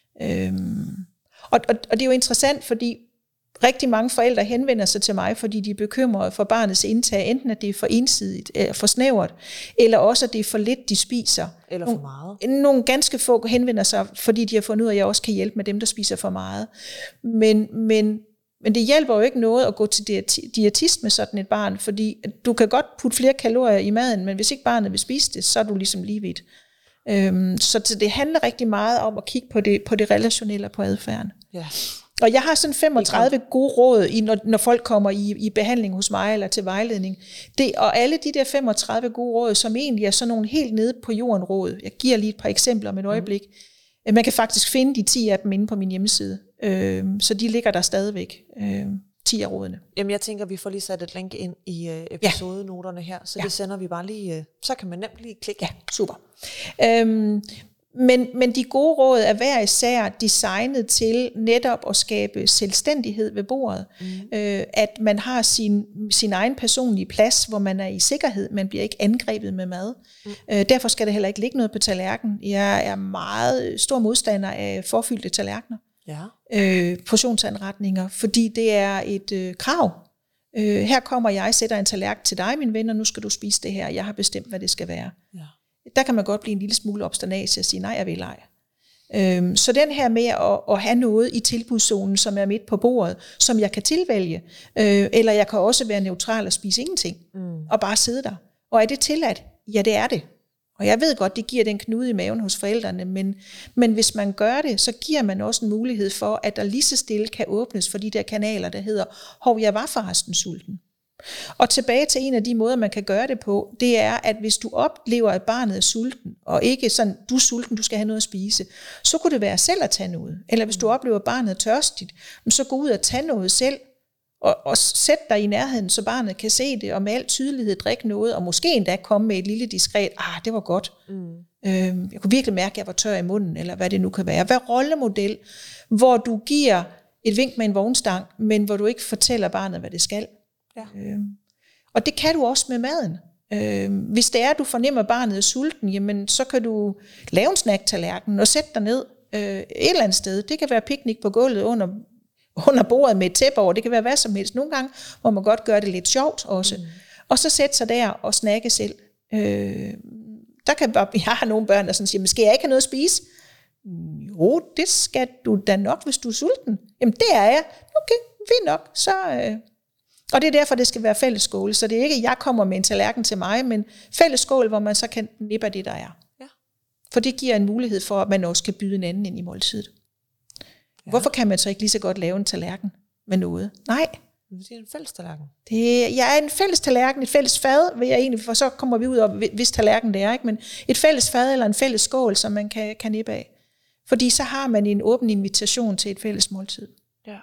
Og det er jo interessant, fordi rigtig mange forældre henvender sig til mig, fordi de er bekymrede for barnets indtag, enten at det er for ensidigt, for snævert, eller også at det er for lidt, de spiser. Eller for meget. Nogle ganske få henvender sig, fordi de har fundet ud af, at jeg også kan hjælpe med dem, der spiser for meget. Men det hjælper jo ikke noget at gå til diætist med sådan et barn, fordi du kan godt putte flere kalorier i maden, men hvis ikke barnet vil spise det, så er du ligesom lige vidt. Så det handler rigtig meget om at kigge på det relationelle og på adfærden. Ja. Og jeg har sådan 35 gode råd, når folk kommer i behandling hos mig eller til vejledning. Og alle de der 35 gode råd, som egentlig er sådan nogle helt nede på jorden råd. Jeg giver lige et par eksempler om et øjeblik. Man kan faktisk finde de 10 af dem inde på min hjemmeside. Så de ligger der stadigvæk. 10 af rådene. Jamen jeg tænker, vi får lige sat et link ind i episodenoterne her, så det sender vi bare lige, så kan man nemt lige klikke. Ja, super. Men de gode råd er hver især designet til netop at skabe selvstændighed ved bordet. At man har sin egen personlige plads, hvor man er i sikkerhed. Man bliver ikke angrebet med mad. Derfor skal der heller ikke ligge noget på tallerkenen. Jeg er meget stor modstander af forfyldte tallerkener. Ja. Portionsanretninger, fordi det er et krav. Her kommer jeg, sætter en tallerken til dig, min ven, og nu skal du spise det her. Jeg har bestemt, hvad det skal være. Ja. Der kan man godt blive en lille smule obsternasig og sige, nej, jeg vil ej. Så den her med at have noget i tilbudszonen, som er midt på bordet, som jeg kan tilvælge, eller jeg kan også være neutral og spise ingenting, og bare sidde der. Og er det tilladt? Ja, det er det. Og jeg ved godt, det giver den knude i maven hos forældrene, men hvis man gør det, så giver man også en mulighed for, at der lige så stille kan åbnes for de der kanaler, der hedder, hov, jeg var forresten sulten. Og tilbage til en af de måder, man kan gøre det på, det er, at hvis du oplever, at barnet er sulten, og ikke sådan, du er sulten, du skal have noget at spise, så kunne det være selv at tage noget. Eller hvis du oplever, at barnet er tørstigt, så gå ud og tage noget selv, og sæt dig i nærheden, så barnet kan se det, og med al tydelighed drikke noget, og måske endda komme med et lille diskret, det var godt. Jeg kunne virkelig mærke, at jeg var tør i munden, eller hvad det nu kan være. Vær rollemodel, hvor du giver et vink med en vognstang, men hvor du ikke fortæller barnet, hvad det skal. Ja. Og det kan du også med maden. Hvis det er, at du fornemmer, at barnet er sulten, jamen, så kan du lave en snacktallerken og sætte dig ned et eller andet sted. Det kan være piknik på gulvet under bordet med et tæppe over. Det kan være hvad som helst. Nogle gange må man godt gøre det lidt sjovt også. Og så sætte sig der og snakke selv. Jeg har nogle børn, der sådan siger, men skal jeg ikke have noget at spise? Jo, det skal du da nok, hvis du er sulten. Jamen, det er jeg. Okay, fint nok. Så, og det er derfor, det skal være fælles skål. Så det er ikke, at jeg kommer med en tallerken til mig, men fælles skål, hvor man så kan nippe af det, der er. Ja. For det giver en mulighed for, at man også kan byde en anden ind i måltidet. Ja. Hvorfor kan man så ikke lige så godt lave en tallerken med noget? Nej. Det er en fælles tallerken. Det er en fælles tallerken, et fælles fad, vil jeg egentlig, for så kommer vi ud over, hvis tallerken det er, ikke? Men et fælles fad eller en fælles skål, som man kan nippe af. Fordi så har man en åben invitation til et fælles måltid. Ja.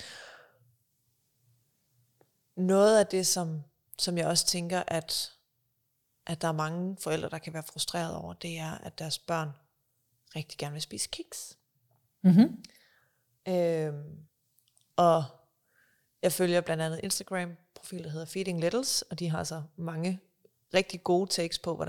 Noget af det, som jeg også tænker, at der er mange forældre, der kan være frustreret over, det er, at deres børn rigtig gerne vil spise kiks. Mm-hmm. Og jeg følger blandt andet Instagram-profil, der hedder Feeding Littles, og de har så mange rigtig gode takes på,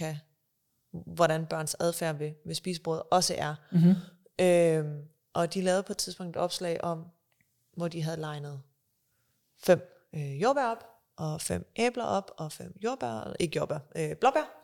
hvordan børns adfærd ved spisebordet også er. Mm-hmm. Og de lavede på et tidspunkt et opslag om, hvor de havde legnet 5 jordbær op, og 5 æbler op, og 5 blåbær.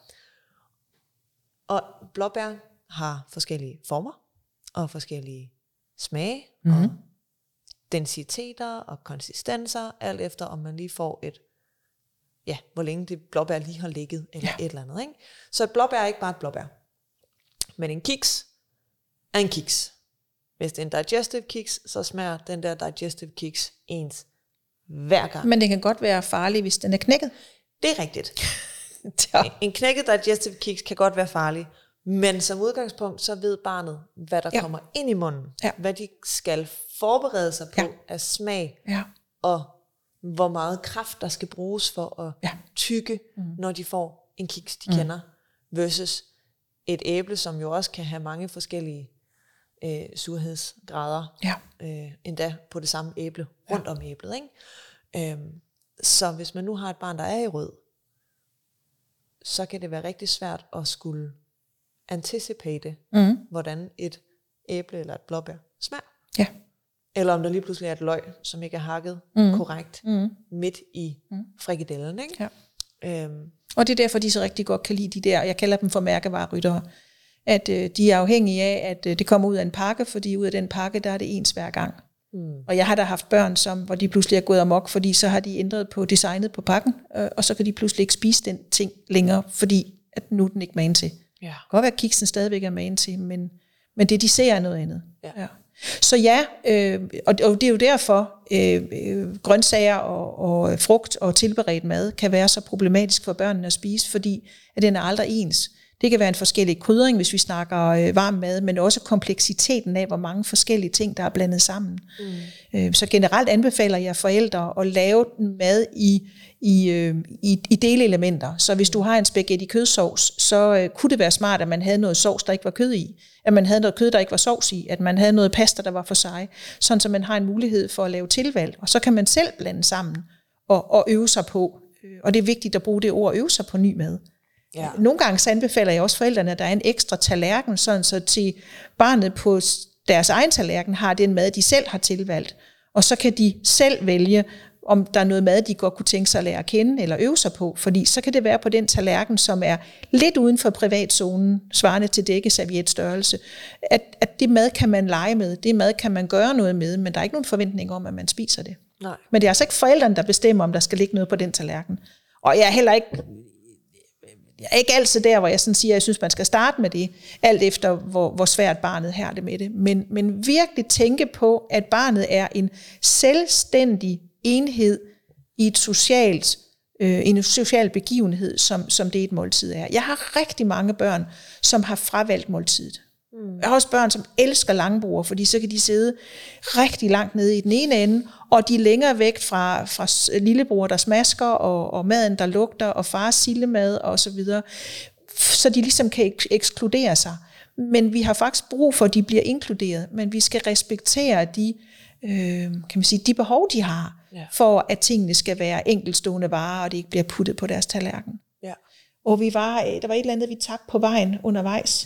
Og blåbær har forskellige former, og forskellige smage, og densiteter og konsistenser, alt efter om man lige får hvor længe det blåbær lige har ligget, eller et eller andet. Ikke? Så et blåbær er ikke bare et blåbær. Men en kiks er en kiks. Hvis det er en digestive kiks, så smager den der digestive kiks ens hver gang. Men det kan godt være farligt, hvis den er knækket. Det er rigtigt. En knækket digestive kiks kan godt være farlig, men som udgangspunkt, så ved barnet, hvad der kommer ind i munden. Ja. Hvad de skal forberede sig på af smag, og hvor meget kraft der skal bruges for at tygge, når de får en kiks, de kender, versus et æble, som jo også kan have mange forskellige surhedsgrader, endda på det samme æble, rundt om æblet. Ikke? Så hvis man nu har et barn, der er i rød, så kan det være rigtig svært at skulle anticipate, hvordan et æble eller et blåbær smager. Ja. Eller om der lige pludselig er et løg, som ikke er hakket korrekt midt i frikadellen. Ikke? Ja. Og det er derfor, de så rigtig godt kan lide de der, jeg kalder dem for mærkevareryttere, at de er afhængige af, at det kommer ud af en pakke, fordi ud af den pakke, der er det ens hver gang. Og jeg har da haft børn, hvor de pludselig er gået amok, fordi så har de ændret på designet på pakken, og så kan de pludselig ikke spise den ting længere, fordi at nu er den ikke magen til. Ja. Det kan godt være, at kiksen stadigvæk er magen til, men det de ser er noget andet. Ja. Så og det er jo derfor, grøntsager og frugt og tilberedt mad kan være så problematisk for børnene at spise, fordi at den er aldrig ens. Det kan være en forskellig krydring, hvis vi snakker varm mad, men også kompleksiteten af, hvor mange forskellige ting, der er blandet sammen. Så generelt anbefaler jeg forældre at lave mad i delelementer. Så hvis du har en spaghetti kødsovs, så kunne det være smart, at man havde noget sovs, der ikke var kød i. At man havde noget kød, der ikke var sovs i. At man havde noget pasta, der var for sig. Sådan så man har en mulighed for at lave tilvalg. Og så kan man selv blande sammen og øve sig på. Og det er vigtigt at bruge det ord, øve sig på ny mad. Ja. Nogle gange så anbefaler jeg også forældrene, at der er en ekstra tallerken, sådan så til barnet på deres egen tallerken har den mad, de selv har tilvalgt. Og så kan de selv vælge, om der er noget mad, de godt kunne tænke sig at lære at kende eller øve sig på. Fordi så kan det være på den tallerken, som er lidt uden for privatzonen, svarende til dækkeservietstørrelse, at det mad kan man lege med, det mad kan man gøre noget med, men der er ikke nogen forventning om, at man spiser det. Nej. Men det er altså ikke forældrene, der bestemmer, om der skal ligge noget på den tallerken. Og jeg er heller ikke... Jeg er ikke altid der, hvor jeg sådan siger, at jeg synes, man skal starte med det, alt efter hvor svært barnet har det med det. Men virkelig tænke på, at barnet er en selvstændig enhed i en social begivenhed, som det et måltid er. Jeg har rigtig mange børn, som har fravalgt måltidet. Jeg har også børn, som elsker langbord, fordi så kan de sidde rigtig langt nede i den ene ende, og de er længere væk fra lillebror, der smasker, og maden, der lugter, og fars sillemad, og så videre. Så de ligesom kan ekskludere sig. Men vi har faktisk brug for, at de bliver inkluderet, men vi skal respektere de kan man sige, de behov, de har, for at tingene skal være enkeltstående varer, og det ikke bliver puttet på deres tallerken. Ja. Og der var et eller andet, vi tabte på vejen undervejs.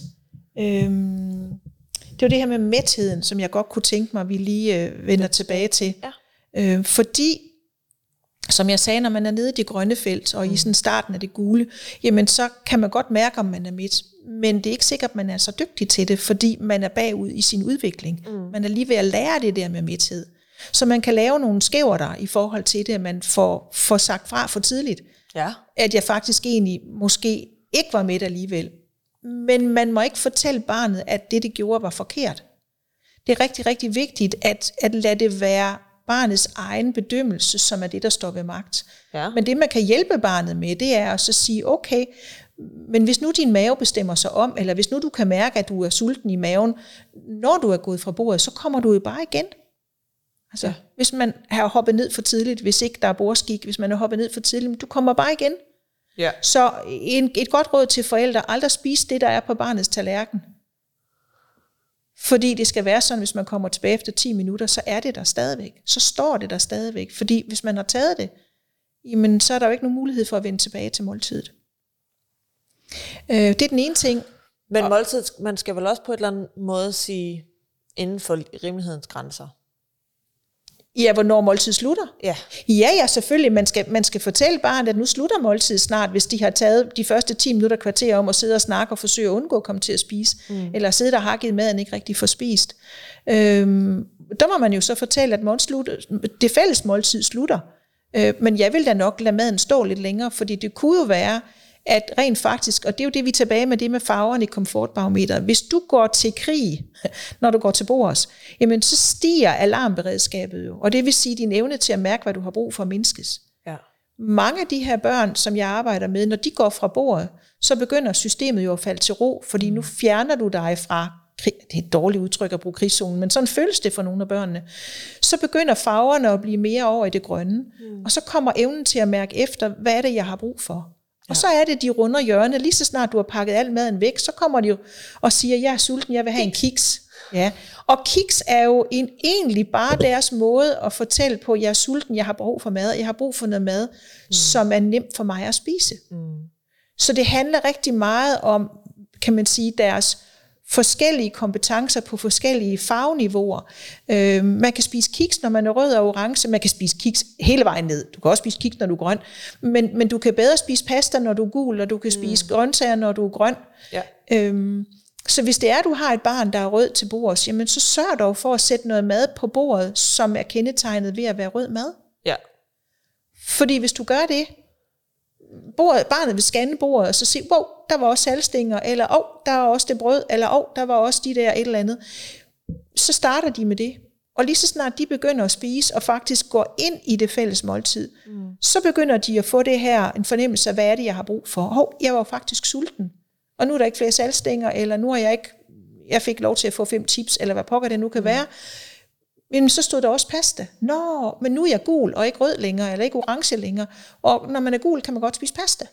Det var det her med mætheden, som jeg godt kunne tænke mig, at vi lige vender tilbage til. Ja. Fordi, som jeg sagde, når man er nede i det grønne felt, og i sådan starten af det gule, jamen så kan man godt mærke, om man er mæt. Men det er ikke sikkert, at man er så dygtig til det, fordi man er bagud i sin udvikling. Man er lige ved at lære det der med mæthed. Så man kan lave nogle skæverter i forhold til det, at man får sagt fra for tidligt. Ja. At jeg faktisk egentlig måske ikke var mæt alligevel. Men man må ikke fortælle barnet, at det gjorde, var forkert. Det er rigtig, rigtig vigtigt, at lade det være barnets egen bedømmelse, som er det, der står ved magt. Ja. Men det, man kan hjælpe barnet med, det er at så sige, okay, men hvis nu din mave bestemmer sig om, eller hvis nu du kan mærke, at du er sulten i maven, når du er gået fra bordet, så kommer du jo bare igen. Altså, hvis man har hoppet ned for tidligt, hvis ikke der er bordskik, hvis man har hoppet ned for tidligt, du kommer bare igen. Ja. Så et godt råd til forældre, aldrig spise det, der er på barnets tallerken. Fordi det skal være sådan, hvis man kommer tilbage efter 10 minutter, så er det der stadigvæk. Så står det der stadigvæk. Fordi hvis man har taget det, jamen, så er der jo ikke nogen mulighed for at vende tilbage til måltidet. Det er den ene ting. Men måltidet, man skal vel også på et eller andet måde sige, inden for rimelighedens grænser. Ja, hvornår måltidet slutter? Ja. Ja, selvfølgelig. Man skal fortælle barnet, at nu slutter måltidet snart, hvis de har taget de første 10 minutter kvarter om at sidde og snakke og forsøge at undgå at komme til at spise. Eller sidde der og hakket maden ikke rigtig får spist. Der må man jo så fortælle, at det fælles måltid slutter. Men jeg vil da nok lade maden stå lidt længere, fordi det kunne jo være, at rent faktisk, og det er jo det, vi er tilbage med det med farverne i komfortbarometeret. Hvis du går til krig, når du går til bords, jamen så stiger alarmberedskabet jo. Og det vil sige, at din evne til at mærke, hvad du har brug for, mindskes. Ja. Mange af de her børn, som jeg arbejder med, når de går fra bordet, så begynder systemet jo at falde til ro, fordi nu fjerner du dig fra, det er et dårligt udtryk at bruge krigszonen, men sådan føles det for nogle af børnene. Så begynder farverne at blive mere over i det grønne, og så kommer evnen til at mærke efter, hvad er det, jeg har brug for. Og så er det, de runder hjørnet. Lige så snart du har pakket al maden væk, så kommer de jo og siger, jeg er sulten, jeg vil have en kiks. Ja. Og kiks er jo egentlig bare deres måde at fortælle på, jeg er sulten, jeg har brug for mad, jeg har brug for noget mad, som er nemt for mig at spise. Så det handler rigtig meget om, kan man sige, deres forskellige kompetencer på forskellige farveniveauer. Man kan spise kiks, når man er rød og orange. Man kan spise kiks hele vejen ned. Du kan også spise kiks, når du er grøn. Men du kan bedre spise pasta, når du er gul, og du kan spise grøntsager, når du er grøn. Ja. Så hvis det er, du har et barn, der er rød til bords, jamen så sørg dog for at sætte noget mad på bordet, som er kendetegnet ved at være rød mad. Ja. Fordi hvis du gør det, barnet vil scanne bordet og så sige, wow, der var også saltstænger, eller der var også det brød, eller der var også de der et eller andet. Så starter de med det. Og lige så snart de begynder at spise, og faktisk går ind i det fælles måltid, så begynder de at få det her, en fornemmelse af, hvad er det, jeg har brug for. Jeg var faktisk sulten, og nu er der ikke flere saltstænger, eller nu er jeg fik lov til at få 5 chips, eller hvad pokker det nu kan være. Men så stod der også pasta. Nå, men nu er jeg gul, og ikke rød længere, eller ikke orange længere. Og når man er gul, kan man godt spise pasta.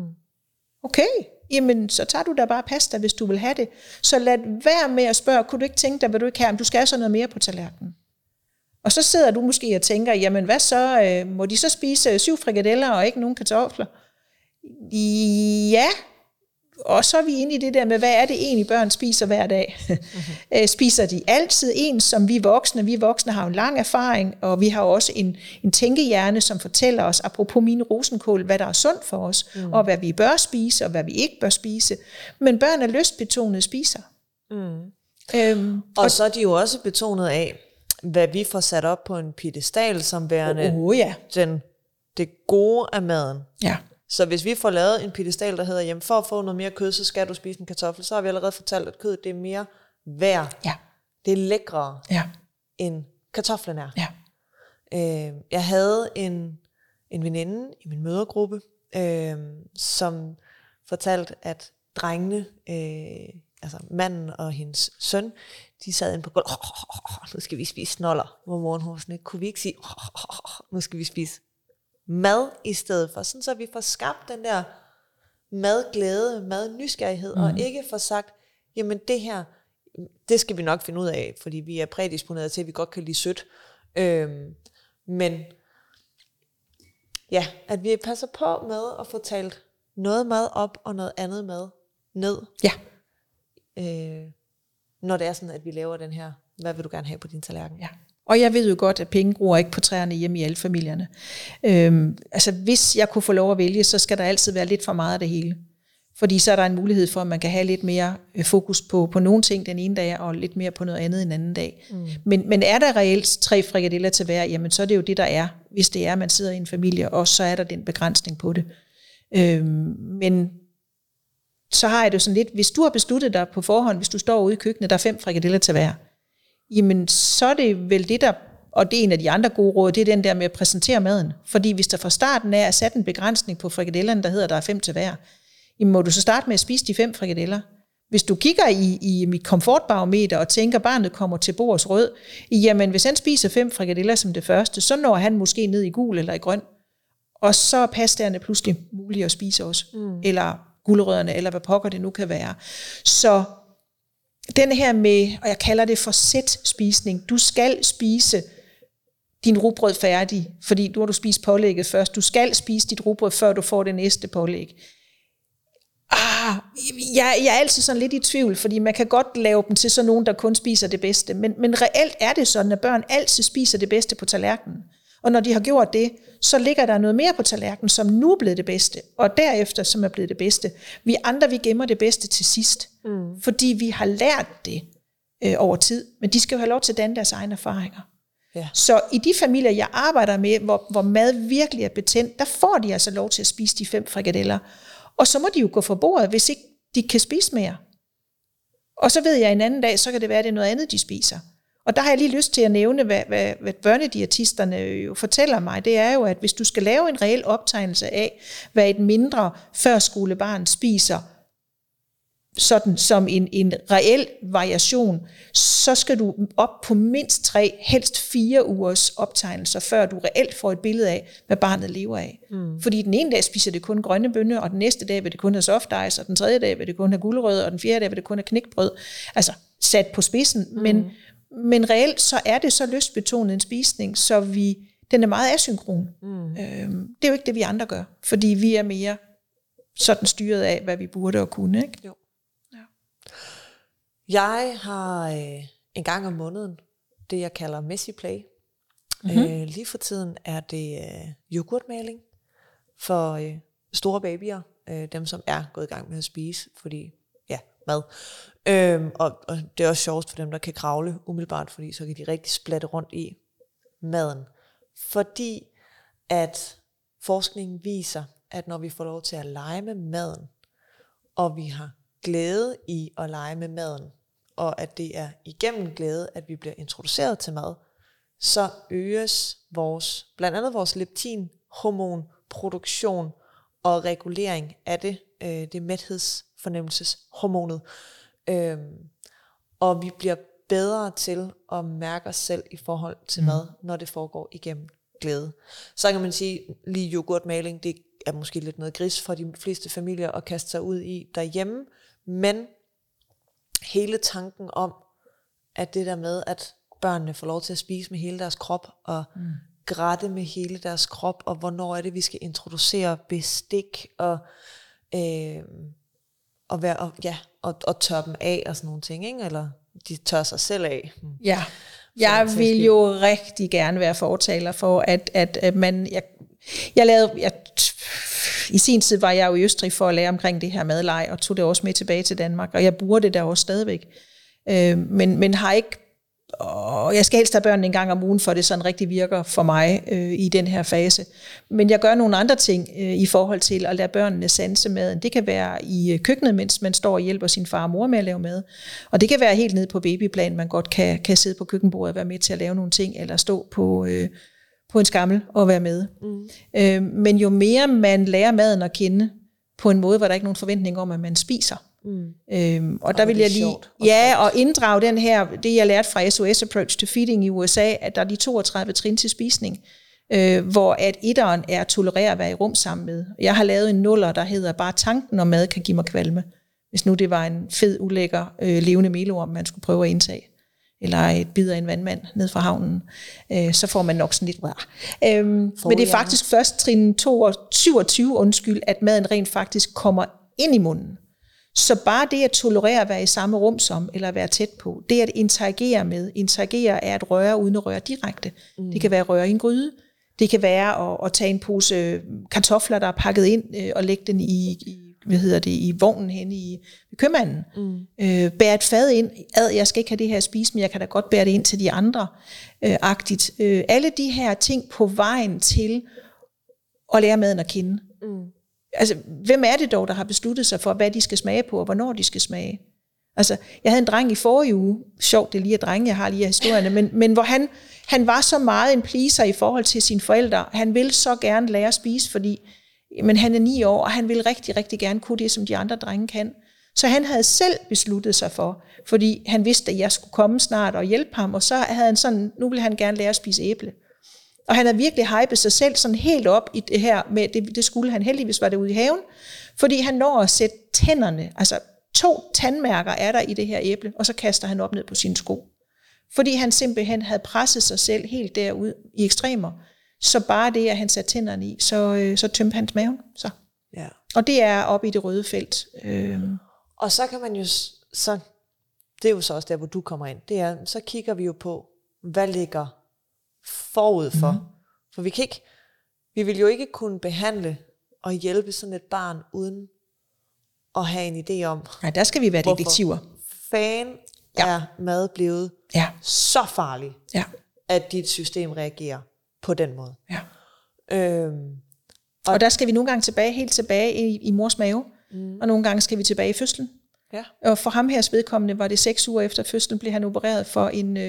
Okay, jamen så tager du da bare pasta, hvis du vil have det. Så lad være med at spørge, kunne du ikke tænke dig, hvad du ikke have, du skal have sådan noget mere på tallerkenen. Og så sidder du måske og tænker, jamen hvad så, må de så spise 7 frikadeller og ikke nogen kartofler? Ja. Og så er vi inde i det der med, hvad er det egentlig børn spiser hver dag? Spiser de altid ens som vi voksne? Vi voksne har en lang erfaring, og vi har også en tænkehjerne, som fortæller os, apropos mine rosenkål, hvad der er sundt for os, og hvad vi bør spise, og hvad vi ikke bør spise. Men børn er lystbetonede spiser. Og så er de jo også betonet af, hvad vi får sat op på en piedestal, som værende det gode af maden. Ja. Så hvis vi får lavet en piedestal, der hedder, jamen for at få noget mere kød, så skal du spise en kartoffel, så har vi allerede fortalt, at kød det er mere værd. Ja. Det er lækrere, end kartoflen er. Ja. Jeg havde en veninde i min mødergruppe, som fortalte, at drengene, altså manden og hendes søn, de sad inde på gulvet, nu skal vi spise snoller, hvor moren var sådan, kunne vi ikke sige, nu skal vi spise mad i stedet for, sådan så vi får skabt den der madglæde, madnysgerrighed, og ikke får sagt, jamen det her, det skal vi nok finde ud af, fordi vi er prædisponeret til, at vi godt kan lide sødt, Men ja, at vi passer på med at få talt noget mad op og noget andet mad ned. Ja. Når det er sådan, at vi laver den her, hvad vil du gerne have på din tallerken? Ja. Og jeg ved jo godt, at penge gror ikke på træerne hjemme i alle familierne. Altså hvis jeg kunne få lov at vælge, så skal der altid være lidt for meget af det hele. Fordi så er der en mulighed for, at man kan have lidt mere fokus på nogle ting den ene dag, og lidt mere på noget andet en anden dag. Men er der reelt 3 frikadeller til hver, jamen så er det jo det, der er, hvis det er, at man sidder i en familie, og så er der den begrænsning på det. Men så har jeg det sådan lidt, hvis du har besluttet dig på forhånd, hvis du står ude i køkkenet, der er 5 frikadeller til hver, jamen så er det vel det, der, og det er en af de andre gode råd, det er den der med at præsentere maden. Fordi hvis der fra starten er sat en begrænsning på frikadellerne, der hedder, der er 5 til hver, jamen må du så starte med at spise de 5 frikadeller. Hvis du kigger i mit komfortbarometer og tænker, barnet kommer til bords rød, jamen hvis han spiser 5 frikadeller som det første, så når han måske ned i gul eller i grøn, og så er pastaerne pludselig mulige at spise også, eller gulerødderne, eller hvad pokker det nu kan være. Så den her med, og jeg kalder det for sæt-spisning, du skal spise din rugbrød færdig, fordi nu har du spist pålægget først. Du skal spise dit rugbrød, før du får det næste pålæg. Jeg er altid sådan lidt i tvivl, fordi man kan godt lave dem til sådan nogen, der kun spiser det bedste. Men reelt er det sådan, at børn altid spiser det bedste på tallerkenen. Og når de har gjort det, så ligger der noget mere på tallerkenen, som nu er blevet det bedste, og derefter, som er blevet det bedste. Vi andre, vi gemmer det bedste til sidst, fordi vi har lært det over tid, men de skal jo have lov til at danne deres egne erfaringer. Ja. Så i de familier, jeg arbejder med, hvor mad virkelig er betændt, der får de altså lov til at spise de 5 frikadeller. Og så må de jo gå for bordet, hvis ikke de kan spise mere. Og så ved jeg en anden dag, så kan det være, at det er noget andet, de spiser. Og der har jeg lige lyst til at nævne, hvad børnediætisterne jo fortæller mig. Det er jo, at hvis du skal lave en reel optegnelse af, hvad et mindre førskolebarn spiser, sådan som en reel variation, så skal du op på mindst 3, helst 4 ugers optegnelser, før du reelt får et billede af, hvad barnet lever af. Fordi den ene dag spiser det kun grønne bønner, og den næste dag vil det kun have soft ice, og den tredje dag vil det kun have gulerødder, og den fjerde dag vil det kun have knækbrød. Altså sat på spidsen, men reelt så er det så lystbetonet en spisning, så den er meget asynkron. Det er jo ikke det, vi andre gør, fordi vi er mere sådan styret af, hvad vi burde og kunne, ikke? Jo. Jeg har en gang om måneden det, jeg kalder messy play. Lige for tiden er det yoghurtmaling for store babyer, dem som er gået i gang med at spise, fordi mad. Og det er også sjovest for dem, der kan kravle umiddelbart, fordi så kan de rigtig splatte rundt i maden. Fordi at forskningen viser, at når vi får lov til at lege med maden, og vi har glæde i at lege med maden, og at det er igennem glæde, at vi bliver introduceret til mad, så øges blandt andet vores leptinhormonproduktion og regulering af det mæthedsfornemmelseshormonet. Og vi bliver bedre til at mærke os selv i forhold til mad, når det foregår igennem glæde. Så kan man sige, lige yoghurtmaling, det er måske lidt noget gris for de fleste familier at kaste sig ud i derhjemme, men hele tanken om, at det der med, at børnene får lov til at spise med hele deres krop, og grætte med hele deres krop, og hvornår er det, vi skal introducere bestik, og tørre dem af, og sådan nogle ting, ikke? Eller de tørrer sig selv af. Ja, jeg vil jo rigtig gerne være fortaler for, at man... I sin tid var jeg jo i Østrig for at lære omkring det her madleje, og tog det også med tilbage til Danmark, og jeg bruger det der også stadigvæk. Men har ikke... Og jeg skal helst have børnene en gang om ugen, for det sådan rigtig virker for mig i den her fase. Men jeg gør nogle andre ting i forhold til at lade børnene sanse maden. Det kan være i køkkenet, mens man står og hjælper sin far og mor med at lave mad. Og det kan være helt nede på babyplan, man godt kan sidde på køkkenbordet og være med til at lave nogle ting, eller stå på en skammel og være med. Men jo mere man lærer maden at kende på en måde, hvor der ikke er nogen forventning om, at man spiser. Og der vil jeg lige og inddrage den her, det jeg lærte fra SOS Approach to Feeding i USA, at der er de 32 trin til spisning, hvor at etteren er at tolerere at være i rum sammen med. Jeg har lavet en 0'er, der hedder bare tanken om mad kan give mig kvalme, hvis nu det var en fed, ulækker, levende melorm, man skulle prøve at indtage. eller et bid af en vandmand ned fra havnen, så får man nok sådan lidt rar. Men det er faktisk først trin 27, at maden rent faktisk kommer ind i munden. Så bare det at tolerere at være i samme rum som, eller være tæt på, det at interagere med, interagere er at røre uden at røre direkte. Det kan være at røre i en gryde, det kan være at tage en pose kartofler, der er pakket ind, og lægge den i vognen henne i købmanden. Bære et fad ind, jeg skal ikke have det her at spise, men jeg kan da godt bære det ind til de andre, agtigt. Alle de her ting på vejen til at lære maden at kende. Altså, hvem er det dog, der har besluttet sig for, hvad de skal smage på, og hvornår de skal smage? Altså, jeg havde en dreng i forrige uge, sjovt, det er lige drenge, jeg har lige af historierne, men hvor han var så meget en pleaser i forhold til sine forældre. Han ville så gerne lære at spise, men han er 9 år, og han ville rigtig, rigtig gerne kunne det, som de andre drenge kan. Så han havde selv besluttet sig for, fordi han vidste, at jeg skulle komme snart og hjælpe ham, og så havde han sådan, nu ville han gerne lære at spise æble. Og han havde virkelig hypet sig selv sådan helt op i det her, med det skulle han heldigvis, var det ude i haven, fordi han når at sætte tænderne, altså 2 tandmærker er der i det her æble, og så kaster han op ned på sine sko. Fordi han simpelthen havde presset sig selv helt derud i ekstremer. Så bare det, at han satte tænderne i, så tømte hans maven. Så. Ja. Og det er oppe i det røde felt. Og så kan man jo, så det er jo så også der, hvor du kommer ind, det er, så kigger vi jo på, hvad ligger forud for. For vi vil jo ikke kunne behandle og hjælpe sådan et barn, uden at have en idé om, nej, der skal vi være detektiver. Fan er mad blevet så farlig, at dit system reagerer på den måde. Ja. Og der skal vi nogle gange helt tilbage i mors mave, og nogle gange skal vi tilbage i fødslen. Ja. Og for ham her vedkommende var det 6 uger efter fødslen, blev han opereret for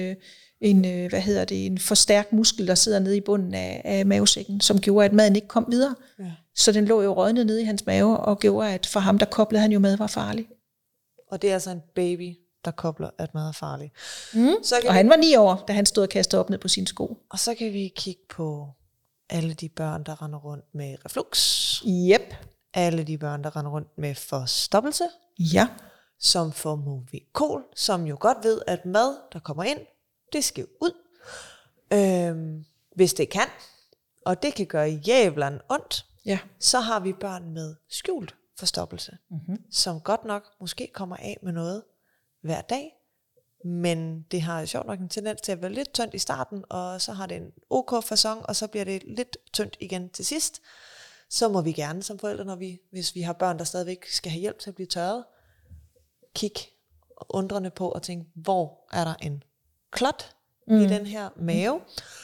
en forstærkt muskel, der sidder nede i bunden af mavesækken, som gjorde, at maden ikke kom videre. Ja. Så den lå jo rådnet nede i hans mave, og gjorde, at for ham, der koblede han jo, mad var farlig. Og det er altså en baby, der kobler, at mad er farlig. Og han var 9 år, da han stod og kastede op ned på sine sko. Og så kan vi kigge på alle de børn, der render rundt med reflux. Yep. Alle de børn, der render rundt med forstoppelse. Ja. Som får movicol, som jo godt ved, at mad, der kommer ind, det skal ud. Hvis det kan, og det kan gøre jævlen ondt, så har vi børn med skjult forstoppelse, som godt nok måske kommer af med noget hver dag, men det har sjovt nok en tendens til at være lidt tyndt i starten, og så har det en OK facon, og så bliver det lidt tyndt igen til sidst. Så må vi gerne som forældre, hvis vi har børn, der stadigvæk skal have hjælp til at blive tørret, kigge undrende på og tænke, hvor er der en klot i den her mave?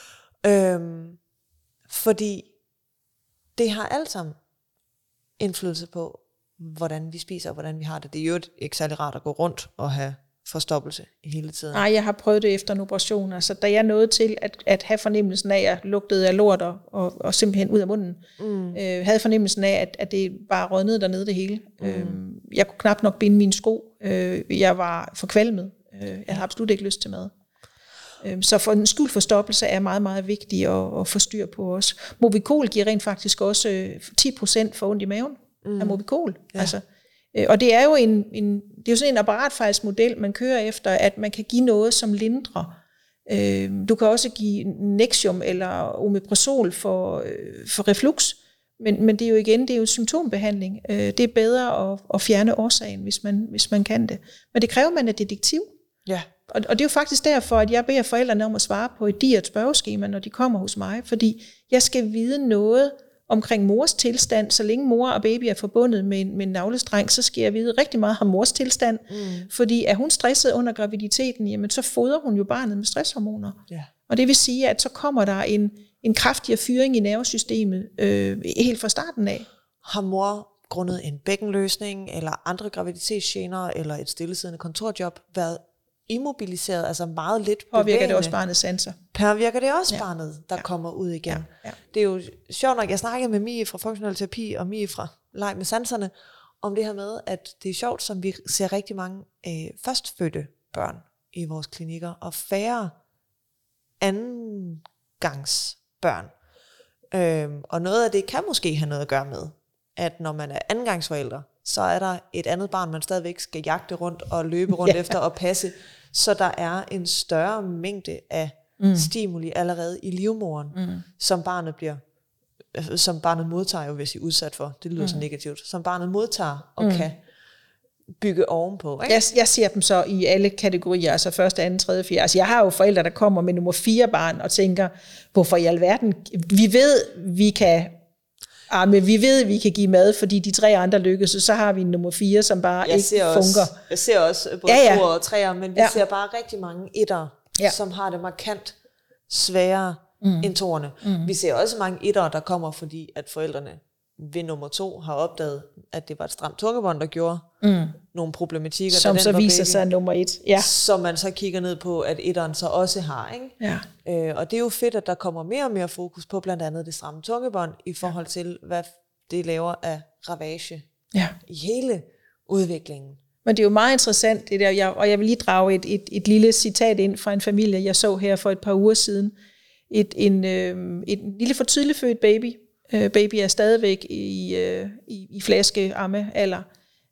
Fordi det har alt sammen indflydelse på, hvordan vi spiser og hvordan vi har det. Det er jo ikke særlig rart at gå rundt og have forstoppelse hele tiden. Nej, jeg har prøvet det efter en operation. Altså, da jeg nåede til at have fornemmelsen af, at jeg lugtede af lort og simpelthen ud af munden, havde fornemmelsen af, at det bare rødnede dernede det hele. Jeg kunne knap nok binde mine sko. Jeg var forkvalmet. Jeg havde absolut ikke lyst til mad. Så for en skjult forstoppelse er meget, meget vigtig at få styr på os. Movicol giver rent faktisk også 10% for ondt i maven af Movicol. Ja. Altså, og det er jo det er jo sådan en apparatfejlsmodel, man kører efter, at man kan give noget, som lindrer. Du kan også give Nexium eller Omeprazol for reflux, men det er jo igen, det er jo symptombehandling. Det er bedre at fjerne årsagen, hvis man kan det. Men det kræver, man er detektiv. Ja. Og det er jo faktisk derfor, at jeg beder forældrene om at svare på et diært spørgeskema, når de kommer hos mig, fordi jeg skal vide noget omkring mors tilstand. Så længe mor og baby er forbundet med en navlestreng, så skal jeg vide rigtig meget om mors tilstand, fordi er hun stresset under graviditeten, jamen så fodrer hun jo barnet med stresshormoner. Ja. Og det vil sige, at så kommer der en kraftigere fyring i nervesystemet helt fra starten af. Har mor grundet en bækkenløsning, eller andre graviditetsgener, eller et stillesiddende kontorjob, været immobiliseret, altså meget lidt bevægende. Påvirker det også barnets sanser? Påvirker det også barnet, der kommer ud igen? Ja. Det er jo sjovt nok, jeg snakkede med Mie fra funktionel terapi, og Mie fra leg med sanserne, om det her med, at det er sjovt, som vi ser rigtig mange førstfødte børn i vores klinikker, og færre andengangsbørn. Og noget af det kan måske have noget at gøre med, at når man er andengangsforældre, så er der et andet barn, man stadigvæk skal jagte rundt og løbe rundt efter og passe, så der er en større mængde af stimuli allerede i livmoderen, som barnet modtager, jo hvis I er udsat for, det lyder så negativt, som barnet modtager og kan bygge ovenpå. Ikke? Jeg ser dem så i alle kategorier, altså første, anden, tredje, fjerde. Altså jeg har jo forældre, der kommer med nummer 4 barn og tænker, hvorfor i alverden? Vi ved, vi kan give mad, fordi de 3 andre lykkes, så har vi en nummer 4, som bare ikke fungerer. Jeg ser også både 2 og 3'er, men vi ser bare rigtig mange 1'ere, som har det markant sværere end 2'erne. Vi ser også mange 1'ere, der kommer, fordi at forældrene ved nummer 2 har opdaget, at det var et stramt tungebånd, der gjorde nogle problematikker. Som så viser sig nummer 1. Ja. Som man så kigger ned på, at 1'eren så også har. Ikke? Ja. Og det er jo fedt, at der kommer mere og mere fokus på blandt andet det stramme tungebånd, i forhold til, hvad det laver af ravage i hele udviklingen. Men det er jo meget interessant, det der, og jeg vil lige drage et lille citat ind fra en familie, jeg så her for et par uger siden. En lille for tidligt født baby. Baby er stadigvæk i flaskeammealder,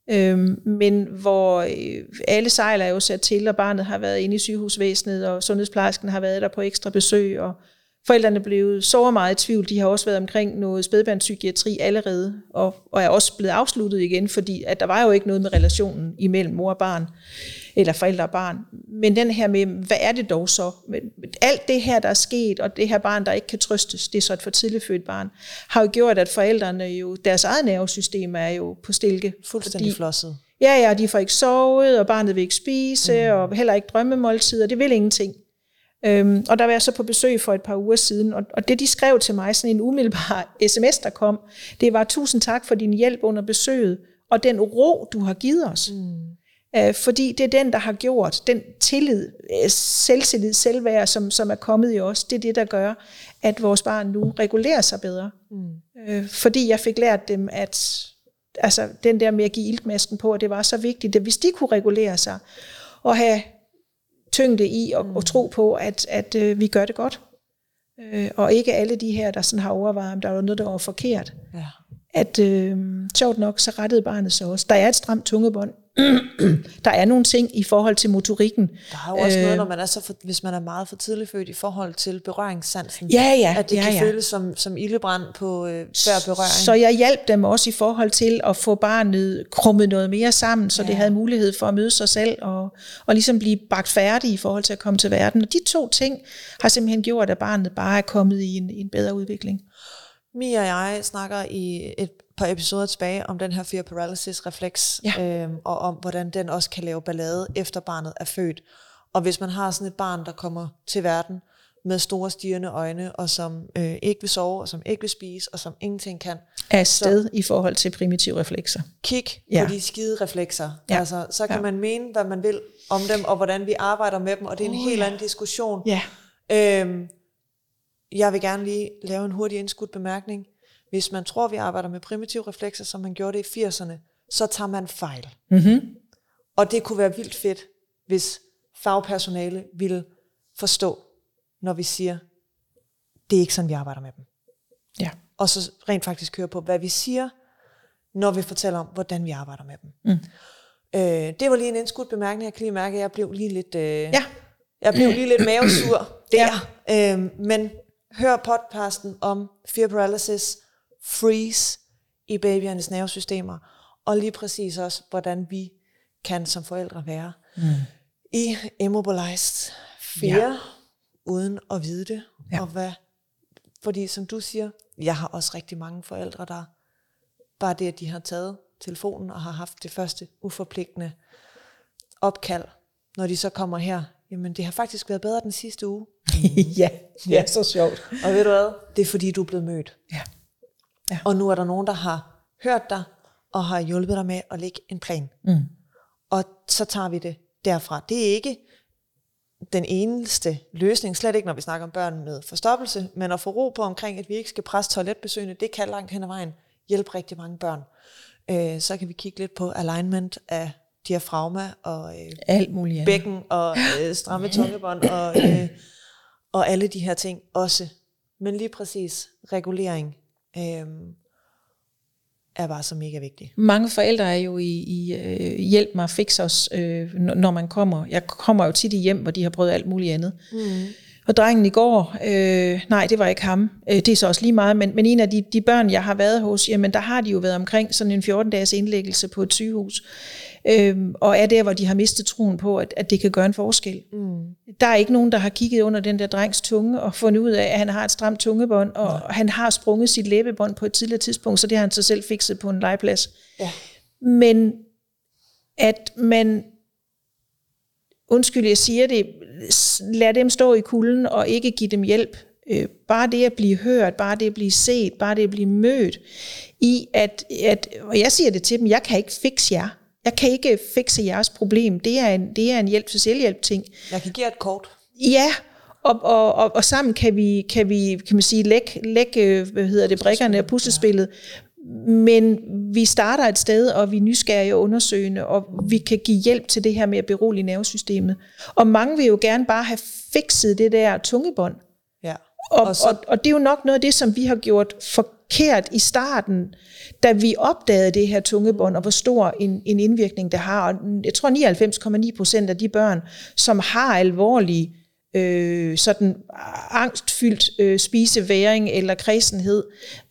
men hvor alle sejler er jo sat til, og barnet har været inde i sygehusvæsenet, og sundhedsplejersken har været der på ekstra besøg, og forældrene blev så meget i tvivl. De har også været omkring noget spædbørnspsykiatri allerede, og er også blevet afsluttet igen, fordi at der var jo ikke noget med relationen imellem mor og barn, eller forældre og barn. Men den her med, hvad er det dog så? Alt det her, der er sket, og det her barn, der ikke kan trøstes, det er så et for tidligt født barn, har jo gjort, at forældrene jo, deres eget nervesystem er jo på stilke. Fuldstændig flosset. Ja, de får ikke sovet, og barnet vil ikke spise, og heller ikke drømmemåltider, det vil ingenting. Og der var jeg så på besøg for et par uger siden, og det de skrev til mig, sådan en umiddelbar sms, der kom, det var: tusind tak for din hjælp under besøget, og den ro, du har givet os. Fordi det er den, der har gjort, den tillid, selvtillid, selvværd, som er kommet i os, det er det, der gør, at vores barn nu regulerer sig bedre. Fordi jeg fik lært dem, at altså, den der med at give iltmasken på, at det var så vigtigt, at hvis de kunne regulere sig, og have tyngde i og tro på, at vi gør det godt. Og ikke alle de her, der sådan har overvejet, om der var noget, der var forkert. Ja. At sjovt nok, så rettede barnet sig også. Der er et stramt tungebånd. Der er nogle ting i forhold til motorikken. Der er jo også noget, når man er hvis man er meget for tidligt født, i forhold til berøringssansen. At det kan føles som ildebrand på før berøring. Så jeg hjalp dem også i forhold til at få barnet krummet noget mere sammen, så det havde mulighed for at møde sig selv og ligesom blive bagt færdig i forhold til at komme til verden. Og de 2 ting har simpelthen gjort, at barnet bare er kommet i en bedre udvikling. Mia og jeg snakker i et par episoder tilbage om den her fear paralysis refleks, og om hvordan den også kan lave ballade efter barnet er født. Og hvis man har sådan et barn, der kommer til verden med store stirrende øjne, og som ikke vil sove, og som ikke vil spise, og som ingenting kan. Afsted i forhold til primitive reflekser. Kig på de skide reflekser. Ja. Altså, så kan man mene, hvad man vil om dem, og hvordan vi arbejder med dem, og det er en helt anden diskussion. Ja. Jeg vil gerne lige lave en hurtig indskudt bemærkning. Hvis man tror, vi arbejder med primitive reflekser, som man gjorde det i 80'erne, så tager man fejl. Og det kunne være vildt fedt, hvis fagpersonale ville forstå, når vi siger, det er ikke sådan, vi arbejder med dem. Ja. Og så rent faktisk høre på, hvad vi siger, når vi fortæller om, hvordan vi arbejder med dem. Det var lige en indskudt bemærkning. Jeg kan lige mærke, at jeg blev lige lidt, jeg blev lige lidt mavesur der. Men hør podcasten om fear paralysis, freeze i babyernes nervesystemer, og lige præcis også, hvordan vi kan som forældre være i immobilized fear, uden at vide det. Og hvad, fordi som du siger, jeg har også rigtig mange forældre, der bare det, at de har taget telefonen og har haft det første uforpligtende opkald, når de så kommer her, jamen det har faktisk været bedre den sidste uge. Ja, så sjovt. Og ved du hvad? Det er fordi, du er blevet mødt. Ja. Og nu er der nogen, der har hørt dig, og har hjulpet dig med at lægge en plan. Og så tager vi det derfra. Det er ikke den eneste løsning, slet ikke når vi snakker om børn med forstoppelse, men at få ro på omkring, at vi ikke skal presse toiletbesøgende, det kan langt hen ad vejen hjælpe rigtig mange børn. Så kan vi kigge lidt på alignment af diafragma og alt muligt bækken og stramme tungebånd og alle de her ting også. Men lige præcis regulering er bare så mega vigtigt. Mange forældre er jo i hjælp mig, fix os, når man kommer. Jeg kommer jo tit i hjem, hvor de har prøvet alt muligt andet. Og drengen i går, nej, det var ikke ham. Det er så også lige meget, men en af de børn, jeg har været hos, jamen der har de jo været omkring sådan en 14-dages indlæggelse på et sygehus. Og er der, hvor de har mistet troen på, at det kan gøre en forskel. Der er ikke nogen, der har kigget under den der drengs tunge og fundet ud af, at han har et stramt tungebånd, og han har sprunget sit læbebånd på et tidligere tidspunkt, så det har han sig selv fikset på en legeplads. Ja. Men at man, undskyld, jeg siger det, lad dem stå i kulden og ikke give dem hjælp. Bare det at blive hørt, bare det at blive set, bare det at blive mødt i, og jeg siger det til dem, jeg kan ikke fikse jer. Jeg kan ikke fikse jeres problem. Det er en hjælp til selvhjælp ting. Jeg kan give et kort. Ja, og sammen kan man sige lægge brikkerne og puslespillet. Ja. Men vi starter et sted, og vi er nysgerrige og undersøgende, og vi kan give hjælp til det her med at berolige nervesystemet. Og mange vil jo gerne bare have fikset det der tungebånd. Ja. Og det er jo nok noget af det, som vi har gjort forkert i starten, da vi opdagede det her tungebånd, og hvor stor en indvirkning det har. Og jeg tror 99,9% af de børn, som har alvorlig sådan angstfyldt spiseværing eller kræsenhed,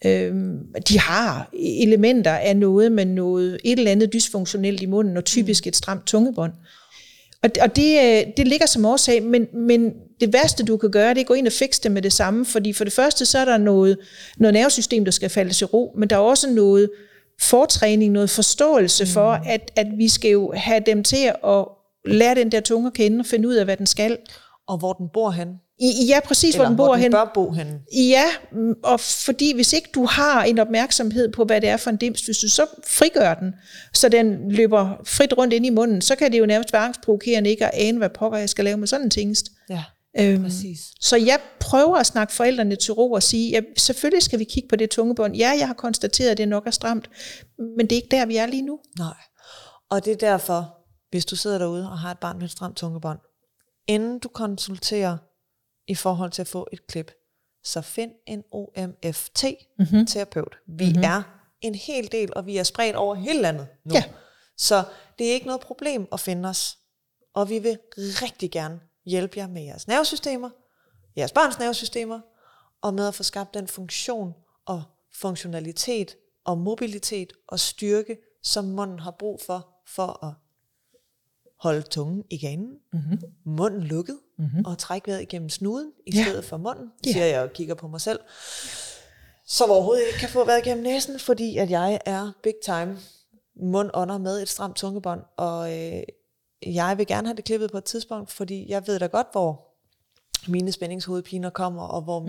de har elementer af noget med et eller andet dysfunktionelt i munden, og typisk et stramt tungebånd. Og det ligger som årsag, men det værste, du kan gøre, det er at gå ind og fikse det med det samme, fordi for det første, så er der noget nervesystem, der skal falde til ro, men der er også noget fortræning, noget forståelse for, at vi skal jo have dem til at lære den der tunge at kende og finde ud af, hvad den skal. Og hvor den bor hen. Ja, præcis, hvor den bor hen. Bør bo hen. Ja, og fordi hvis ikke du har en opmærksomhed på, hvad det er for en dims, hvis du så frigør den, så den løber frit rundt ind i munden, så kan det jo nærmest være angstprovokerende ikke at ane, hvad pokker jeg skal lave med sådan en tingest. Ja, præcis. Så jeg prøver at snakke forældrene til ro og sige, ja, selvfølgelig skal vi kigge på det tungebånd. Ja, jeg har konstateret, at det nok er stramt, men det er ikke der, vi er lige nu. Nej, og det er derfor, hvis du sidder derude og har et barn med et stramt tungebånd, inden du konsulterer i forhold til at få et klip, så find en OMFT-terapeut. Vi er en hel del, og vi er spredt over hele landet nu. Ja. Så det er ikke noget problem at finde os. Og vi vil rigtig gerne hjælpe jer med jeres nervesystemer, jeres barns nervesystemer, og med at få skabt den funktion og funktionalitet og mobilitet og styrke, som munden har brug for at holde tungen i ganen, munden lukket, og trække vejret igennem snuden, i stedet for munden, siger jeg og kigger på mig selv, som overhovedet ikke kan få vejret igennem næsen, fordi at jeg er big time mundånder med et stramt tungebånd, og jeg vil gerne have det klippet på et tidspunkt, fordi jeg ved da godt, hvor mine spændingshovedpiner kommer, og hvor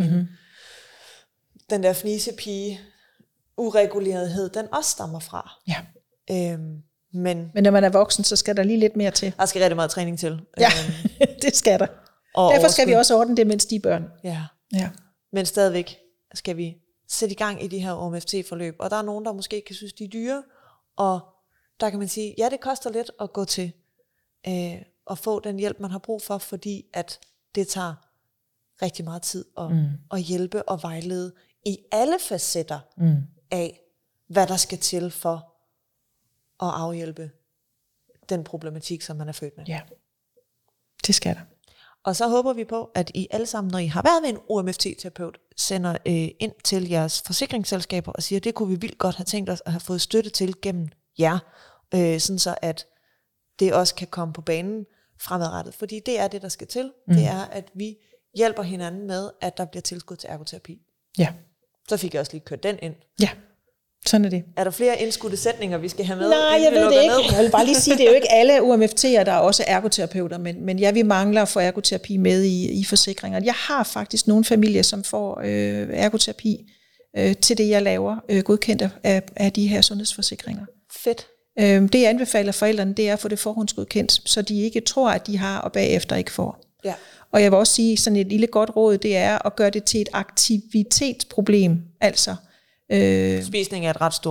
den der fnisepige uregulerethed, den også stammer fra. Ja. Men når man er voksen, så skal der lige lidt mere til. Der skal rigtig meget træning til. Ja, det skal der. Derfor skal vi også ordne det, mens de er børn. Ja. Men stadigvæk skal vi sætte i gang i de her OMFT-forløb. Og der er nogen, der måske kan synes, de er dyre. Og der kan man sige, ja, det koster lidt at gå til at få den hjælp, man har brug for, fordi at det tager rigtig meget tid at hjælpe og vejlede i alle facetter af, hvad der skal til for at afhjælpe den problematik, som man er født med. Ja, det skal der. Og så håber vi på, at I alle sammen, når I har været ved en OMFT-terapeut, sender ind til jeres forsikringsselskaber og siger, det kunne vi vildt godt have tænkt os at have fået støtte til gennem jer, sådan så at det også kan komme på banen fremadrettet. Fordi det er det, der skal til. Det er, at vi hjælper hinanden med, at der bliver tilskud til ergoterapi. Ja. Så fik jeg også lige kørt den ind. Ja. Sådan er det. Er der flere indskudte sætninger, vi skal have med? Nej, jeg ved det ikke. Jeg vil bare lige sige, det er jo ikke alle OMFT'er, der er også ergoterapeuter, men ja, vi mangler at få ergoterapi med i forsikringer. Jeg har faktisk nogle familier, som får ergoterapi til det, jeg laver, godkendt af de her sundhedsforsikringer. Fedt. Det jeg anbefaler forældrene, det er at få det forhåndsgodkendt, så de ikke tror, at de har, og bagefter ikke får. Ja. Og jeg vil også sige, sådan et lille godt råd, det er at gøre det til et aktivitetsproblem, altså. Spisning er et ret stort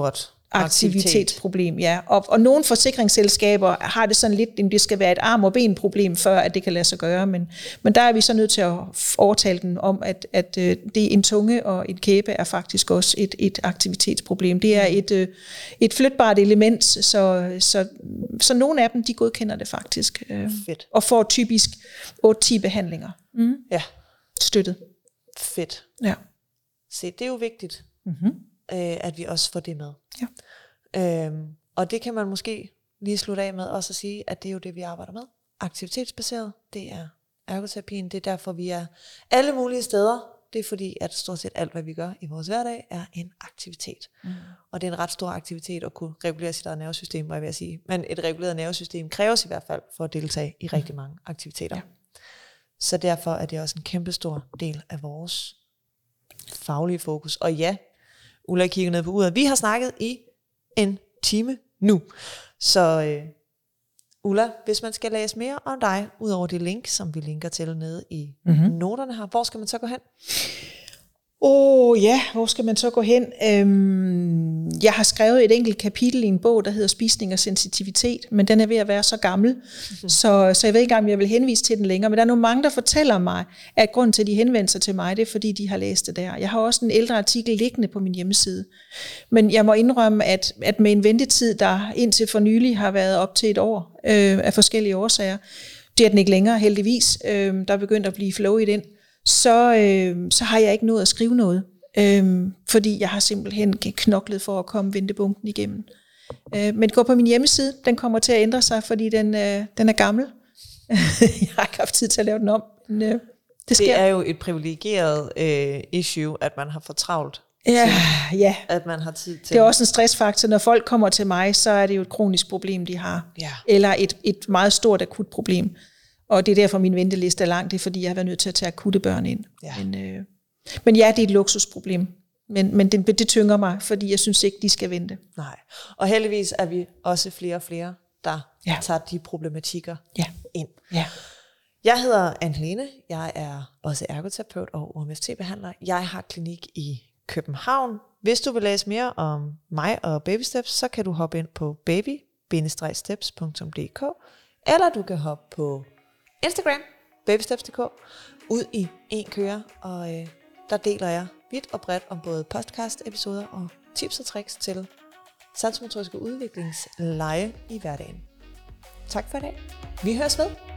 aktivitetsproblem, ja. Og nogle forsikringsselskaber har det sådan lidt, at det skal være et arm- og benproblem, før at det kan lade sig gøre, men der er vi så nødt til at overtale den om, at det en tunge og et kæbe er faktisk også et aktivitetsproblem. Det er et flytbart element, så nogle af dem, de godkender det faktisk. Fedt. Og får typisk 8-10 behandlinger. Ja. Støttet. Fedt. Ja. Se, det er jo vigtigt, at vi også får det med. Ja. Og det kan man måske lige slutte af med også at sige, at det er jo det, vi arbejder med. Aktivitetsbaseret, det er ergoterapien. Det er derfor, vi er alle mulige steder. Det er fordi, at stort set alt, hvad vi gør i vores hverdag, er en aktivitet. Og det er en ret stor aktivitet at kunne regulere sit eget nervesystem, vil jeg sige. Men et reguleret nervesystem kræves i hvert fald for at deltage i rigtig mange aktiviteter. Ja. Så derfor er det også en kæmpestor del af vores faglige fokus. Og ja, Ulla kigger ned på uret. Vi har snakket i en time nu. Så Ulla, hvis man skal læse mere om dig, ud over det link, som vi linker til nede i noterne her, hvor skal man så gå hen? Ja, hvor skal man så gå hen? Jeg har skrevet et enkelt kapitel i en bog, der hedder Spisning og sensitivitet, men den er ved at være så gammel, så jeg ved ikke engang, om jeg vil henvise til den længere. Men der er nogle mange, der fortæller mig, at grunden til, at de henvender sig til mig, det er, fordi de har læst det der. Jeg har også en ældre artikel liggende på min hjemmeside. Men jeg må indrømme, at med en ventetid, der indtil for nylig har været op til et år af forskellige årsager, det er den ikke længere heldigvis, der er begyndt at blive flow i den, så har jeg ikke nået at skrive noget, fordi jeg har simpelthen knoklet for at komme ventebunken igennem. Men gå på min hjemmeside, den kommer til at ændre sig, fordi den er gammel. Jeg har ikke haft tid til at lave den om. Men, det er jo et privilegeret issue, at man har for travlt. Ja. At man har tid til. Det er også en stressfaktor. Når folk kommer til mig, så er det jo et kronisk problem, de har. Ja. Eller et meget stort akut problem. Og det er derfor, min venteliste er lang. Det er, fordi jeg har været nødt til at tage akutte børn ind. Ja. Men ja, det er et luksusproblem. Men det tynger mig, fordi jeg synes ikke, de skal vente. Nej. Og heldigvis er vi også flere og flere, der tager de problematikker ind. Ja. Jeg hedder Anne-Helene. Jeg er også ergoterapeut og OMFT-behandler. Jeg har klinik i København. Hvis du vil læse mere om mig og Baby Steps, så kan du hoppe ind på baby-steps.dk, eller du kan hoppe på Instagram, babysteps.dk, ud i en køre, og der deler jeg vidt og bredt om både podcast-episoder og tips og tricks til sansmotoriske udviklingsleje i hverdagen. Tak for i dag. Vi høres ved.